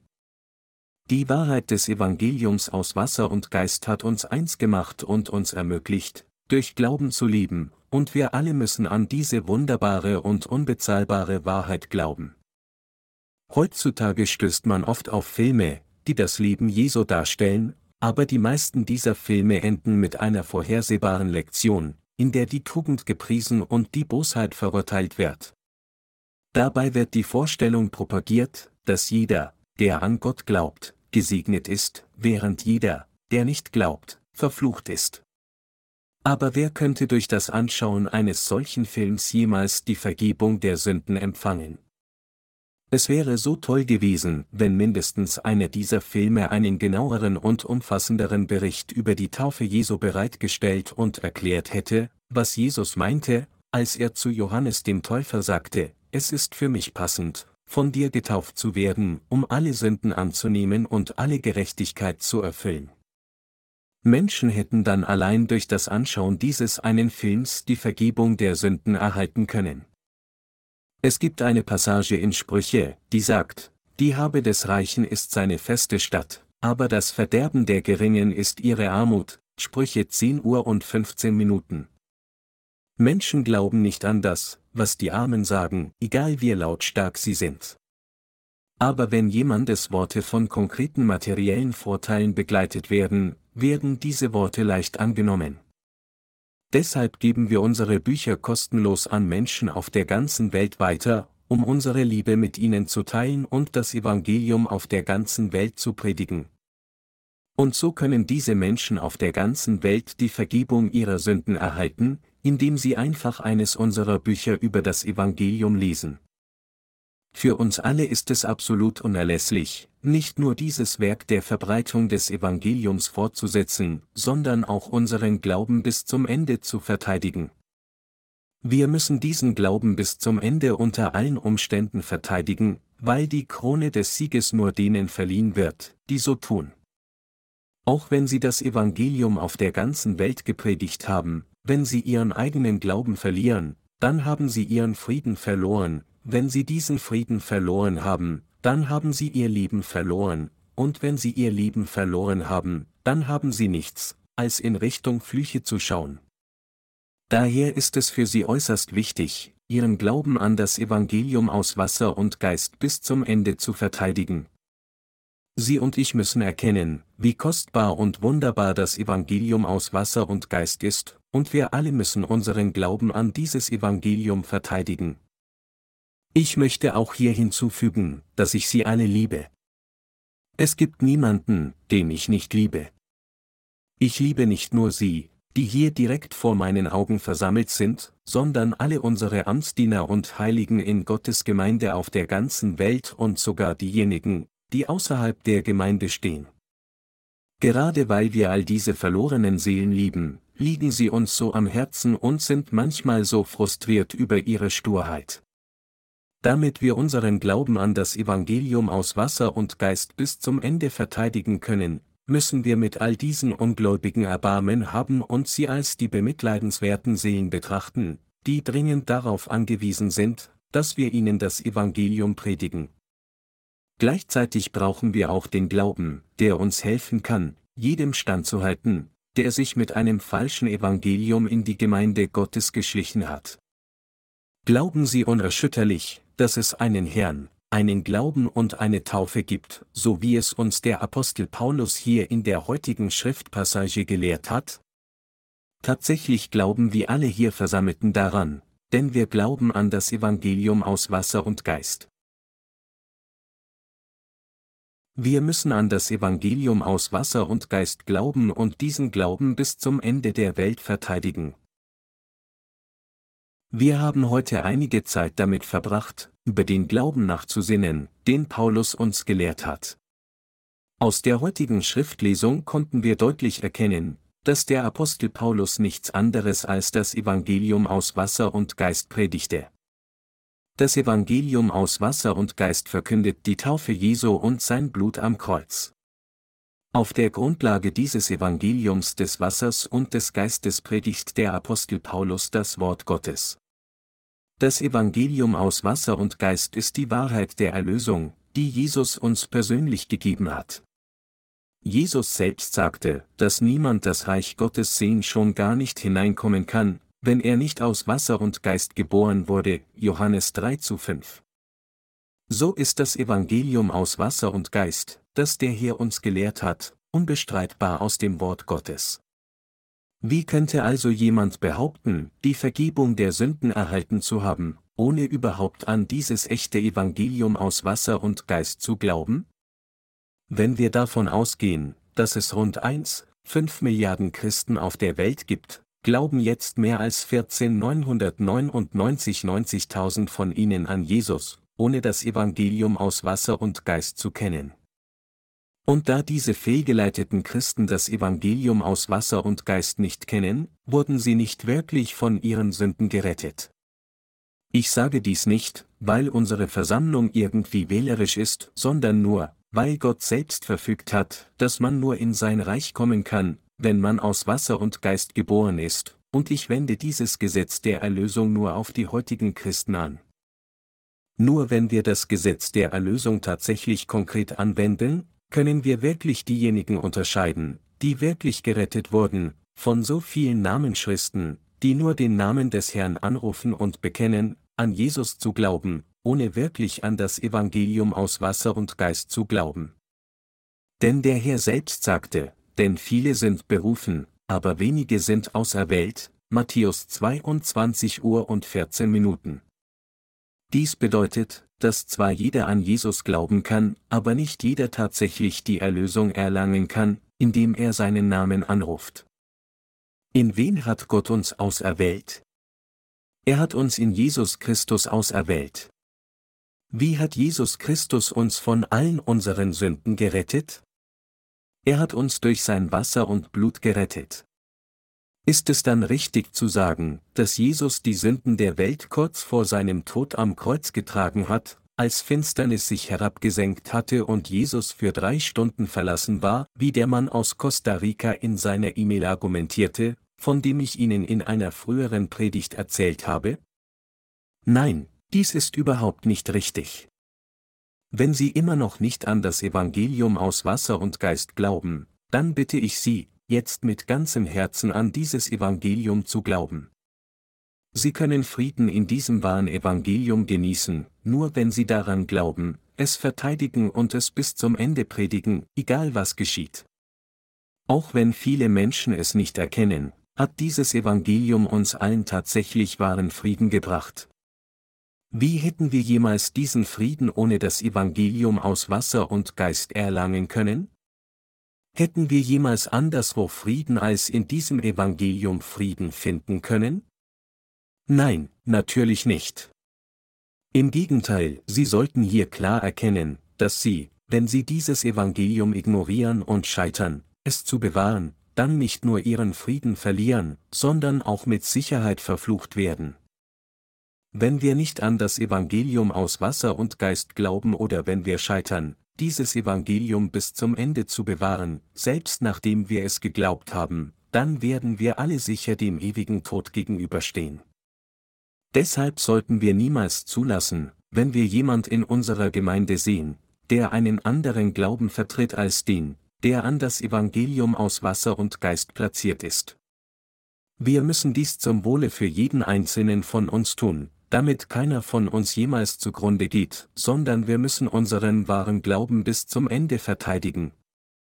Die Wahrheit des Evangeliums aus Wasser und Geist hat uns eins gemacht und uns ermöglicht, durch Glauben zu leben, und wir alle müssen an diese wunderbare und unbezahlbare Wahrheit glauben. Heutzutage stößt man oft auf Filme, die das Leben Jesu darstellen, aber die meisten dieser Filme enden mit einer vorhersehbaren Lektion, in der die Tugend gepriesen und die Bosheit verurteilt wird. Dabei wird die Vorstellung propagiert, dass jeder, der an Gott glaubt, gesegnet ist, während jeder, der nicht glaubt, verflucht ist. Aber wer könnte durch das Anschauen eines solchen Films jemals die Vergebung der Sünden empfangen? Es wäre so toll gewesen, wenn mindestens einer dieser Filme einen genaueren und umfassenderen Bericht über die Taufe Jesu bereitgestellt und erklärt hätte, was Jesus meinte, als er zu Johannes dem Täufer sagte: Es ist für mich passend, von dir getauft zu werden, um alle Sünden anzunehmen und alle Gerechtigkeit zu erfüllen. Menschen hätten dann allein durch das Anschauen dieses einen Films die Vergebung der Sünden erhalten können. Es gibt eine Passage in Sprüche, die sagt: Die Habe des Reichen ist seine feste Stadt, aber das Verderben der Geringen ist ihre Armut. Sprüche 10:15. Menschen glauben nicht an das, was die Armen sagen, egal wie lautstark sie sind. Aber wenn jemandes Worte von konkreten materiellen Vorteilen begleitet werden, werden diese Worte leicht angenommen. Deshalb geben wir unsere Bücher kostenlos an Menschen auf der ganzen Welt weiter, um unsere Liebe mit ihnen zu teilen und das Evangelium auf der ganzen Welt zu predigen. Und so können diese Menschen auf der ganzen Welt die Vergebung ihrer Sünden erhalten, indem sie einfach eines unserer Bücher über das Evangelium lesen. Für uns alle ist es absolut unerlässlich, nicht nur dieses Werk der Verbreitung des Evangeliums fortzusetzen, sondern auch unseren Glauben bis zum Ende zu verteidigen. Wir müssen diesen Glauben bis zum Ende unter allen Umständen verteidigen, weil die Krone des Sieges nur denen verliehen wird, die so tun. Auch wenn sie das Evangelium auf der ganzen Welt gepredigt haben, wenn sie ihren eigenen Glauben verlieren, dann haben sie ihren Frieden verloren. Wenn sie diesen Frieden verloren haben, dann haben sie ihr Leben verloren, und wenn sie ihr Leben verloren haben, dann haben sie nichts, als in Richtung Flüche zu schauen. Daher ist es für sie äußerst wichtig, ihren Glauben an das Evangelium aus Wasser und Geist bis zum Ende zu verteidigen. Sie und ich müssen erkennen, wie kostbar und wunderbar das Evangelium aus Wasser und Geist ist, und wir alle müssen unseren Glauben an dieses Evangelium verteidigen. Ich möchte auch hier hinzufügen, dass ich sie alle liebe. Es gibt niemanden, den ich nicht liebe. Ich liebe nicht nur sie, die hier direkt vor meinen Augen versammelt sind, sondern alle unsere Amtsdiener und Heiligen in Gottes Gemeinde auf der ganzen Welt und sogar diejenigen, die außerhalb der Gemeinde stehen. Gerade weil wir all diese verlorenen Seelen lieben, liegen sie uns so am Herzen und sind manchmal so frustriert über ihre Sturheit. Damit wir unseren Glauben an das Evangelium aus Wasser und Geist bis zum Ende verteidigen können, müssen wir mit all diesen Ungläubigen Erbarmen haben und sie als die bemitleidenswerten Seelen betrachten, die dringend darauf angewiesen sind, dass wir ihnen das Evangelium predigen. Gleichzeitig brauchen wir auch den Glauben, der uns helfen kann, jedem standzuhalten, der sich mit einem falschen Evangelium in die Gemeinde Gottes geschlichen hat. Glauben Sie unerschütterlich, dass es einen Herrn, einen Glauben und eine Taufe gibt, so wie es uns der Apostel Paulus hier in der heutigen Schriftpassage gelehrt hat? Tatsächlich glauben wir alle hier Versammelten daran, denn wir glauben an das Evangelium aus Wasser und Geist. Wir müssen an das Evangelium aus Wasser und Geist glauben und diesen Glauben bis zum Ende der Welt verteidigen. Wir haben heute einige Zeit damit verbracht, über den Glauben nachzusinnen, den Paulus uns gelehrt hat. Aus der heutigen Schriftlesung konnten wir deutlich erkennen, dass der Apostel Paulus nichts anderes als das Evangelium aus Wasser und Geist predigte. Das Evangelium aus Wasser und Geist verkündet die Taufe Jesu und sein Blut am Kreuz. Auf der Grundlage dieses Evangeliums des Wassers und des Geistes predigt der Apostel Paulus das Wort Gottes. Das Evangelium aus Wasser und Geist ist die Wahrheit der Erlösung, die Jesus uns persönlich gegeben hat. Jesus selbst sagte, dass niemand das Reich Gottes sehen schon gar nicht hineinkommen kann, wenn er nicht aus Wasser und Geist geboren wurde, Johannes 3:5. So ist das Evangelium aus Wasser und Geist, das der Herr uns gelehrt hat, unbestreitbar aus dem Wort Gottes. Wie könnte also jemand behaupten, die Vergebung der Sünden erhalten zu haben, ohne überhaupt an dieses echte Evangelium aus Wasser und Geist zu glauben? Wenn wir davon ausgehen, dass es rund 1,5 Milliarden Christen auf der Welt gibt, glauben jetzt mehr als 90.000 von ihnen an Jesus, ohne das Evangelium aus Wasser und Geist zu kennen. Und da diese fehlgeleiteten Christen das Evangelium aus Wasser und Geist nicht kennen, wurden sie nicht wirklich von ihren Sünden gerettet. Ich sage dies nicht, weil unsere Versammlung irgendwie wählerisch ist, sondern nur, weil Gott selbst verfügt hat, dass man nur in sein Reich kommen kann, wenn man aus Wasser und Geist geboren ist, und ich wende dieses Gesetz der Erlösung nur auf die heutigen Christen an. Nur wenn wir das Gesetz der Erlösung tatsächlich konkret anwenden, können wir wirklich diejenigen unterscheiden, die wirklich gerettet wurden, von so vielen Namenschristen, die nur den Namen des Herrn anrufen und bekennen, an Jesus zu glauben, ohne wirklich an das Evangelium aus Wasser und Geist zu glauben. Denn der Herr selbst sagte, denn viele sind berufen, aber wenige sind auserwählt, Matthäus 22:14. Dies bedeutet, dass zwar jeder an Jesus glauben kann, aber nicht jeder tatsächlich die Erlösung erlangen kann, indem er seinen Namen anruft. In wen hat Gott uns auserwählt? Er hat uns in Jesus Christus auserwählt. Wie hat Jesus Christus uns von allen unseren Sünden gerettet? Er hat uns durch sein Wasser und Blut gerettet. Ist es dann richtig zu sagen, dass Jesus die Sünden der Welt kurz vor seinem Tod am Kreuz getragen hat, als Finsternis sich herabgesenkt hatte und Jesus für 3 Stunden verlassen war, wie der Mann aus Costa Rica in seiner E-Mail argumentierte, von dem ich Ihnen in einer früheren Predigt erzählt habe? Nein, dies ist überhaupt nicht richtig. Wenn Sie immer noch nicht an das Evangelium aus Wasser und Geist glauben, dann bitte ich Sie, jetzt mit ganzem Herzen an dieses Evangelium zu glauben. Sie können Frieden in diesem wahren Evangelium genießen, nur wenn Sie daran glauben, es verteidigen und es bis zum Ende predigen, egal was geschieht. Auch wenn viele Menschen es nicht erkennen, hat dieses Evangelium uns allen tatsächlich wahren Frieden gebracht. Wie hätten wir jemals diesen Frieden ohne das Evangelium aus Wasser und Geist erlangen können? Hätten wir jemals anderswo Frieden als in diesem Evangelium Frieden finden können? Nein, natürlich nicht. Im Gegenteil, Sie sollten hier klar erkennen, dass Sie, wenn Sie dieses Evangelium ignorieren und scheitern, es zu bewahren, dann nicht nur Ihren Frieden verlieren, sondern auch mit Sicherheit verflucht werden. Wenn wir nicht an das Evangelium aus Wasser und Geist glauben oder wenn wir scheitern, dieses Evangelium bis zum Ende zu bewahren, selbst nachdem wir es geglaubt haben, dann werden wir alle sicher dem ewigen Tod gegenüberstehen. Deshalb sollten wir niemals zulassen, wenn wir jemand in unserer Gemeinde sehen, der einen anderen Glauben vertritt als den, der an das Evangelium aus Wasser und Geist platziert ist. Wir müssen dies zum Wohle für jeden Einzelnen von uns tun, damit keiner von uns jemals zugrunde geht, sondern wir müssen unseren wahren Glauben bis zum Ende verteidigen.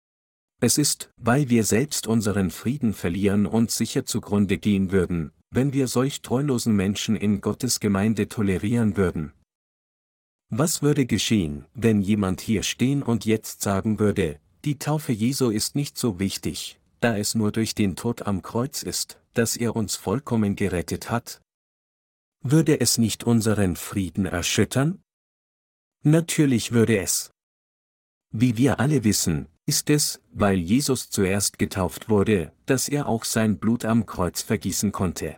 Es ist, weil wir selbst unseren Frieden verlieren und sicher zugrunde gehen würden, wenn wir solch treulosen Menschen in Gottes Gemeinde tolerieren würden. Was würde geschehen, wenn jemand hier stehen und jetzt sagen würde, die Taufe Jesu ist nicht so wichtig, da es nur durch den Tod am Kreuz ist, dass er uns vollkommen gerettet hat? Würde es nicht unseren Frieden erschüttern? Natürlich würde es. Wie wir alle wissen, ist es, weil Jesus zuerst getauft wurde, dass er auch sein Blut am Kreuz vergießen konnte.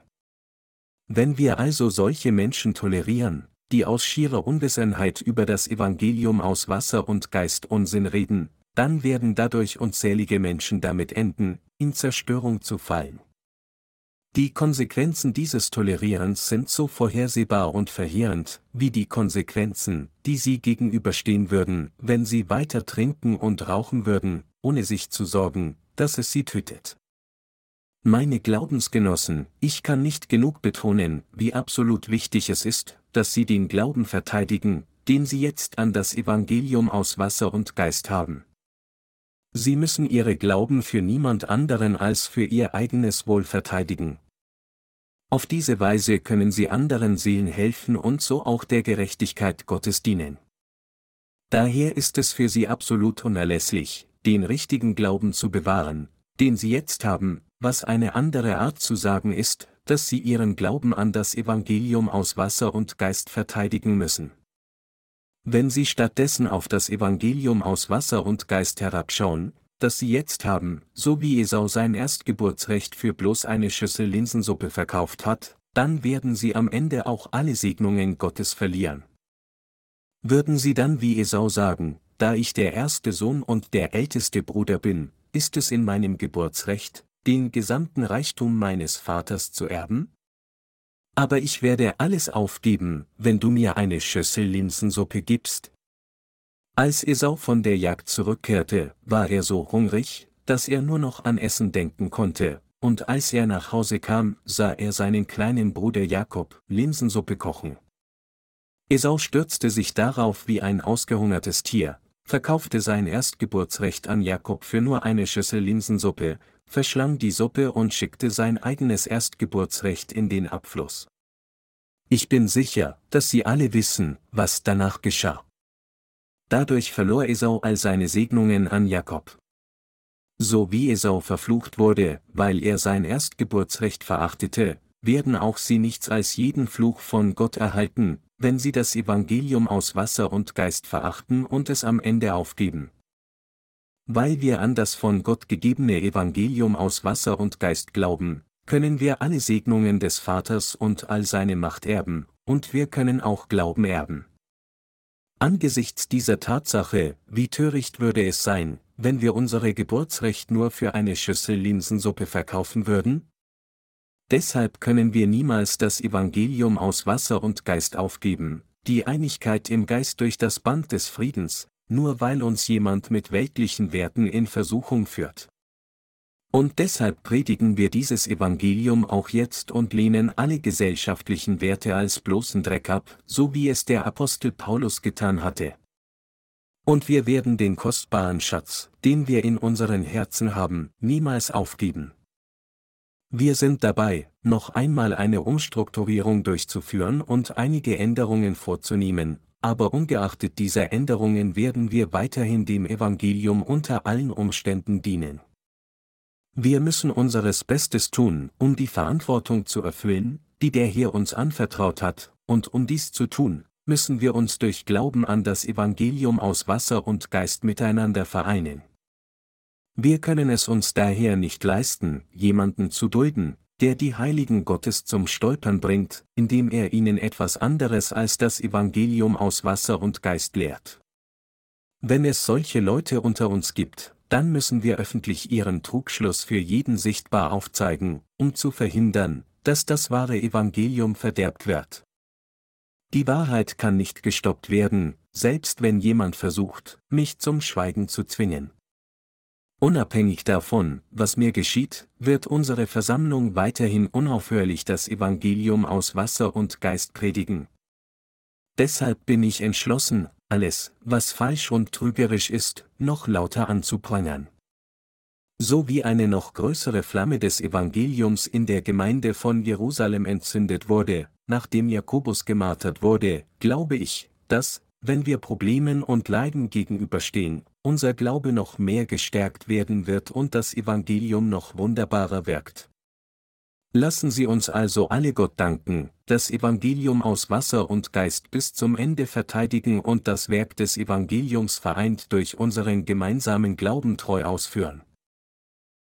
Wenn wir also solche Menschen tolerieren, die aus schierer Unwissenheit über das Evangelium aus Wasser und Geist Unsinn reden, dann werden dadurch unzählige Menschen damit enden, in Zerstörung zu fallen. Die Konsequenzen dieses Tolerierens sind so vorhersehbar und verheerend, wie die Konsequenzen, die sie gegenüberstehen würden, wenn sie weiter trinken und rauchen würden, ohne sich zu sorgen, dass es sie tötet. Meine Glaubensgenossen, ich kann nicht genug betonen, wie absolut wichtig es ist, dass Sie den Glauben verteidigen, den sie jetzt an das Evangelium aus Wasser und Geist haben. Sie müssen ihre Glauben für niemand anderen als für ihr eigenes Wohl verteidigen. Auf diese Weise können sie anderen Seelen helfen und so auch der Gerechtigkeit Gottes dienen. Daher ist es für sie absolut unerlässlich, den richtigen Glauben zu bewahren, den sie jetzt haben, was eine andere Art zu sagen ist, dass sie ihren Glauben an das Evangelium aus Wasser und Geist verteidigen müssen. Wenn sie stattdessen auf das Evangelium aus Wasser und Geist herabschauen, das sie jetzt haben, so wie Esau sein Erstgeburtsrecht für bloß eine Schüssel Linsensuppe verkauft hat, dann werden sie am Ende auch alle Segnungen Gottes verlieren. Würden sie dann wie Esau sagen, da ich der erste Sohn und der älteste Bruder bin, ist es in meinem Geburtsrecht, den gesamten Reichtum meines Vaters zu erben? Aber ich werde alles aufgeben, wenn du mir eine Schüssel Linsensuppe gibst. Als Esau von der Jagd zurückkehrte, war er so hungrig, dass er nur noch an Essen denken konnte, und als er nach Hause kam, sah er seinen kleinen Bruder Jakob Linsensuppe kochen. Esau stürzte sich darauf wie ein ausgehungertes Tier, verkaufte sein Erstgeburtsrecht an Jakob für nur eine Schüssel Linsensuppe, verschlang die Suppe und schickte sein eigenes Erstgeburtsrecht in den Abfluss. Ich bin sicher, dass Sie alle wissen, was danach geschah. Dadurch verlor Esau all seine Segnungen an Jakob. So wie Esau verflucht wurde, weil er sein Erstgeburtsrecht verachtete, werden auch sie nichts als jeden Fluch von Gott erhalten, wenn sie das Evangelium aus Wasser und Geist verachten und es am Ende aufgeben. Weil wir an das von Gott gegebene Evangelium aus Wasser und Geist glauben, können wir alle Segnungen des Vaters und all seine Macht erben, und wir können auch Glauben erben. Angesichts dieser Tatsache, wie töricht würde es sein, wenn wir unsere Geburtsrecht nur für eine Schüssel Linsensuppe verkaufen würden? Deshalb können wir niemals das Evangelium aus Wasser und Geist aufgeben, die Einigkeit im Geist durch das Band des Friedens, nur weil uns jemand mit weltlichen Werten in Versuchung führt. Und deshalb predigen wir dieses Evangelium auch jetzt und lehnen alle gesellschaftlichen Werte als bloßen Dreck ab, so wie es der Apostel Paulus getan hatte. Und wir werden den kostbaren Schatz, den wir in unseren Herzen haben, niemals aufgeben. Wir sind dabei, noch einmal eine Umstrukturierung durchzuführen und einige Änderungen vorzunehmen, aber ungeachtet dieser Änderungen werden wir weiterhin dem Evangelium unter allen Umständen dienen. Wir müssen unseres Bestes tun, um die Verantwortung zu erfüllen, die der Herr uns anvertraut hat, und um dies zu tun, müssen wir uns durch Glauben an das Evangelium aus Wasser und Geist miteinander vereinen. Wir können es uns daher nicht leisten, jemanden zu dulden, der die Heiligen Gottes zum Stolpern bringt, indem er ihnen etwas anderes als das Evangelium aus Wasser und Geist lehrt. Wenn es solche Leute unter uns gibt, dann müssen wir öffentlich ihren Trugschluss für jeden sichtbar aufzeigen, um zu verhindern, dass das wahre Evangelium verderbt wird. Die Wahrheit kann nicht gestoppt werden, selbst wenn jemand versucht, mich zum Schweigen zu zwingen. Unabhängig davon, was mir geschieht, wird unsere Versammlung weiterhin unaufhörlich das Evangelium aus Wasser und Geist predigen. Deshalb bin ich entschlossen, alles, was falsch und trügerisch ist, noch lauter anzuprangern. So wie eine noch größere Flamme des Evangeliums in der Gemeinde von Jerusalem entzündet wurde, nachdem Jakobus gemartert wurde, glaube ich, dass, wenn wir Problemen und Leiden gegenüberstehen, unser Glaube noch mehr gestärkt werden wird und das Evangelium noch wunderbarer wirkt. Lassen Sie uns also alle Gott danken, das Evangelium aus Wasser und Geist bis zum Ende verteidigen und das Werk des Evangeliums vereint durch unseren gemeinsamen Glauben treu ausführen.